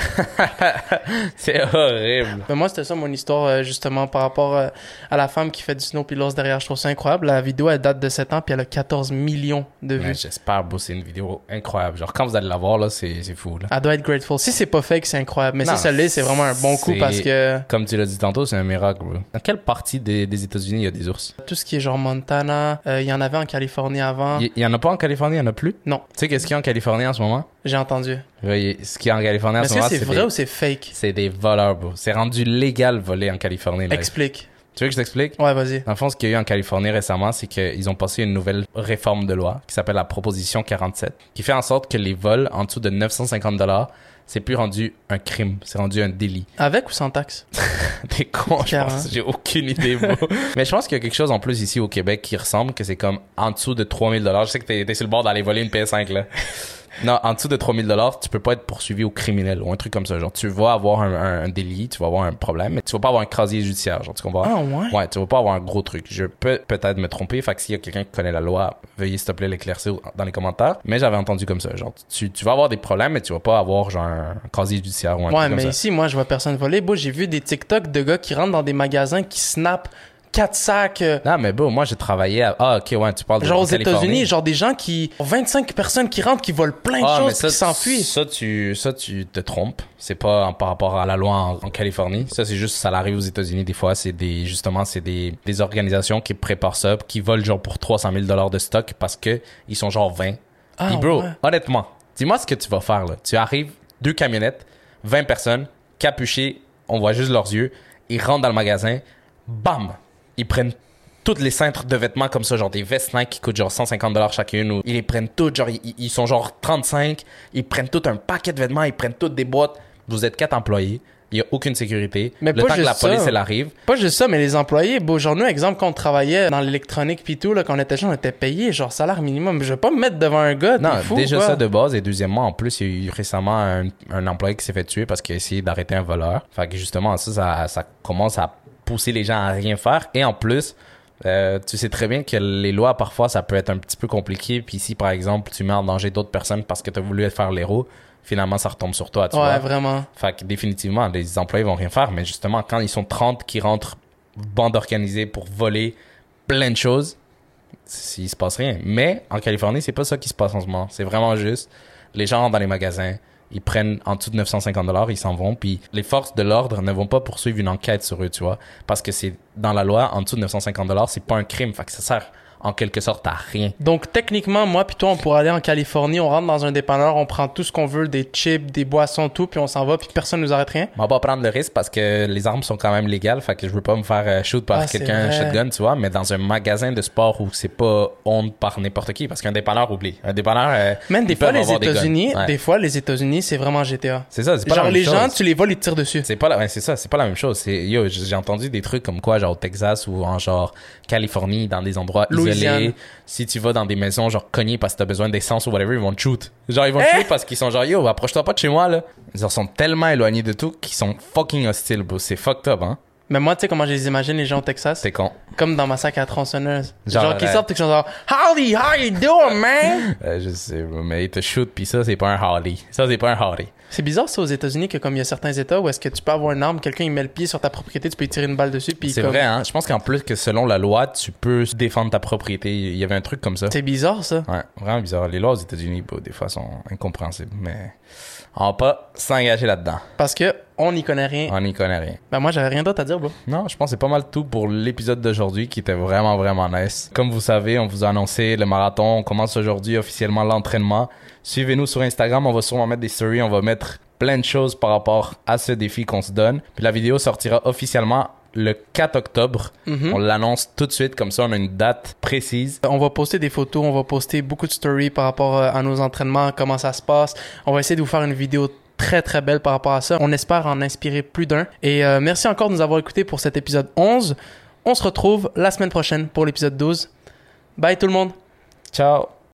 C'est horrible. Ben moi, c'était ça mon histoire, euh, justement, par rapport euh, à la femme qui fait du snow puis l'ours derrière. Je trouve ça incroyable. La vidéo, elle date de sept ans puis elle a quatorze millions de vues. Ouais, j'espère, bro, c'est une vidéo incroyable. Genre, quand vous allez la voir, là, c'est, c'est fou, là. Elle doit être grateful. Si c'est pas fake, c'est incroyable. Mais Non, si ça l'est, c'est vraiment un bon coup c'est- parce que Comme tu l'as dit tantôt, c'est un miracle, bro. Dans quelle partie des, des États-Unis il y a des ours? tout ce qui est genre Montana, euh, il y en avait en Californie avant. Il y, y en a pas en Californie, il y en a plus? Non, Tu sais qu'est-ce qu'il y a en Californie en ce moment? j'ai entendu. Ouais, ce qu'il y a en Californie en Mais ce est-ce que moment, c'est c'est vrai des, ou c'est fake? c'est des voleurs, bro. C'est rendu légal voler en Californie, là. Explique. Tu veux que je t'explique? Ouais, vas-y. Dans le fond, ce qu'il y a eu en Californie récemment, c'est qu'ils ont passé une nouvelle réforme de loi qui s'appelle la Proposition quarante-sept, qui fait en sorte que les vols en dessous de neuf cent cinquante dollars, c'est plus rendu un crime, c'est rendu un délit. Avec ou sans taxe? T'es con, je Clairement. pense. J'ai aucune idée, bro. Mais je pense qu'il y a quelque chose en plus ici au Québec qui ressemble, que c'est comme en dessous de trois mille dollars. Je sais que t'es, t'es sur le bord d'aller voler une P S cinq, là. Non, en dessous de trois mille dollars, tu peux pas être poursuivi au criminel ou un truc comme ça. Genre, tu vas avoir un, un, un délit, tu vas avoir un problème, mais tu vas pas avoir un casier judiciaire. Genre, tu comprends? Ah ouais? Ouais, tu vas pas avoir un gros truc. Je peux peut-être me tromper. Fait que s'il y a quelqu'un qui connaît la loi, veuillez s'il te plaît l'éclaircir dans les commentaires. Mais j'avais entendu comme ça. Genre, tu, tu vas avoir des problèmes, mais tu vas pas avoir genre un casier judiciaire ou un Ouais, truc comme ça. mais ici, moi, je vois personne voler. Bon, j'ai vu des TikTok de gars qui rentrent dans des magasins qui snappent quatre sacs. euh, Non, mais bon, moi, j'ai travaillé à... Ah, ok, ouais, tu parles de Genre aux en Californie. États-Unis, genre des gens qui. vingt-cinq personnes qui rentrent, qui volent plein de Ah, mais choses, ça, qui s'enfuient. Ça, tu, ça, tu te trompes. C'est pas en- par rapport à la loi en, en Californie. Ça, c'est juste, ça arrive aux États-Unis des fois. C'est des, justement, c'est des, des organisations qui préparent ça, qui volent genre pour trois cent mille dollars de stock parce que ils sont genre vingt. Ah, Puis bro, ouais. honnêtement, dis-moi ce que tu vas faire, là. Tu arrives, deux camionnettes, vingt personnes, capuchées, on voit juste leurs yeux, ils rentrent dans le magasin, bam! Ils prennent toutes les cintres de vêtements comme ça, genre des vestes Nike qui coûtent genre cent cinquante dollars chacune, ou ils les prennent toutes, genre ils, ils sont genre trente-cinq, ils prennent tout un paquet de vêtements, ils prennent toutes des boîtes. Vous êtes quatre employés, il y a aucune sécurité. Mais le pas temps que la juste police ça. elle arrive, Pas juste ça, mais les employés, bon, genre nous, exemple, quand on travaillait dans l'électronique pis tout, là, quand on était jeune, on était payé, genre salaire minimum. Je vais pas me mettre devant un gars, t'es non, fou, déjà quoi. ça de base, et deuxièmement, en plus, il y a eu récemment un, un employé qui s'est fait tuer parce qu'il a essayé d'arrêter un voleur. Fait que justement, ça, ça, ça commence à pousser les gens à rien faire. Et en plus, euh, tu sais très bien que les lois, parfois, ça peut être un petit peu compliqué. Puis si, par exemple, tu mets en danger d'autres personnes parce que tu as voulu faire l'héros, finalement, ça retombe sur toi, tu Ouais, vois. vraiment. Fait que définitivement, les employés vont rien faire. Mais justement, quand ils sont trente qui rentrent bande organisée pour voler plein de choses, il se passe rien. Mais en Californie, c'est pas ça qui se passe en ce moment. C'est vraiment juste, les gens rentrent dans les magasins, ils prennent en dessous de neuf cent cinquante dollars, ils s'en vont, puis les forces de l'ordre ne vont pas poursuivre une enquête sur eux, tu vois, parce que c'est dans la loi, en dessous de neuf cent cinquante dollars, c'est pas un crime, fait que ça sert en quelque sorte à rien. Donc, techniquement, moi pis toi, on pourrait aller en Californie, on rentre dans un dépanneur, on prend tout ce qu'on veut, des chips, des boissons, tout, puis on s'en va, puis personne nous arrête rien. On va pas prendre le risque parce que les armes sont quand même légales, fait que je veux pas me faire euh, shoot par Ah, c'est quelqu'un vrai. shotgun, tu vois, mais dans un magasin de sport où c'est pas honte par n'importe qui, parce qu'un dépanneur, oublie. Un dépanneur, euh, Même des ils fois, peuvent les avoir des guns. États-Unis, Ouais. des fois, les États-Unis, c'est vraiment G T A. C'est ça, c'est pas la Genre, même les chose. gens, tu les voles, ils te tirent dessus. C'est pas la, ouais, c'est ça, c'est pas la même chose. C'est, yo, j'ai entendu des trucs comme quoi, genre au Texas ou en genre Californie, dans des endroits Louisiane. isolés. Si tu vas dans des maisons, genre cognées parce que t'as besoin d'essence ou whatever, ils vont te shoot. Genre, ils vont te Eh? shoot parce qu'ils sont genre, yo, approche-toi pas de chez moi, là. Ils sont tellement éloignés de tout qu'ils sont fucking hostiles, bro. C'est fucked up, hein. Mais moi, tu sais comment je les imagine, les gens au Texas? C'est con. Comme dans Massacre à la tronçonneuse. Genre, Genre, qui euh, sortent et qui sont genre, Howdy, how you doing, man? Euh, je sais, bro, mais ils te shoot pis ça, c'est pas un hardy. Ça, c'est pas un hardy. C'est bizarre ça aux États-Unis que comme il y a certains États où est-ce que tu peux avoir une arme, quelqu'un il met le pied sur ta propriété, tu peux y tirer une balle dessus, puis C'est comme... vrai, hein. Je pense qu'en plus que selon la loi, tu peux défendre ta propriété. Il y avait un truc comme ça. C'est bizarre ça. Ouais, vraiment bizarre. Les lois aux États-Unis, bro, des fois, sont incompréhensibles, mais on va pas s'engager là-dedans. Parce que on n'y connaît rien. On n'y connaît rien. Ben moi j'avais rien d'autre à dire, bro. Non, je pense que c'est pas mal tout pour l'épisode d'aujourd'hui qui était vraiment, vraiment nice. Comme vous savez, on vous a annoncé le marathon. On commence aujourd'hui officiellement l'entraînement. Suivez-nous sur Instagram. On va sûrement mettre des stories. On va mettre plein de choses par rapport à ce défi qu'on se donne. Puis la vidéo sortira officiellement le quatre octobre. Mhm. On l'annonce tout de suite. Comme ça, on a une date précise. On va poster des photos, on va poster beaucoup de stories par rapport euh, à nos entraînements, comment ça se passe. On va essayer de vous faire une vidéo très très belle par rapport à ça. On espère en inspirer plus d'un. Et euh, merci encore de nous avoir écoutés pour cet épisode onze. On se retrouve la semaine prochaine pour l'épisode douze. Bye tout le monde! Ciao!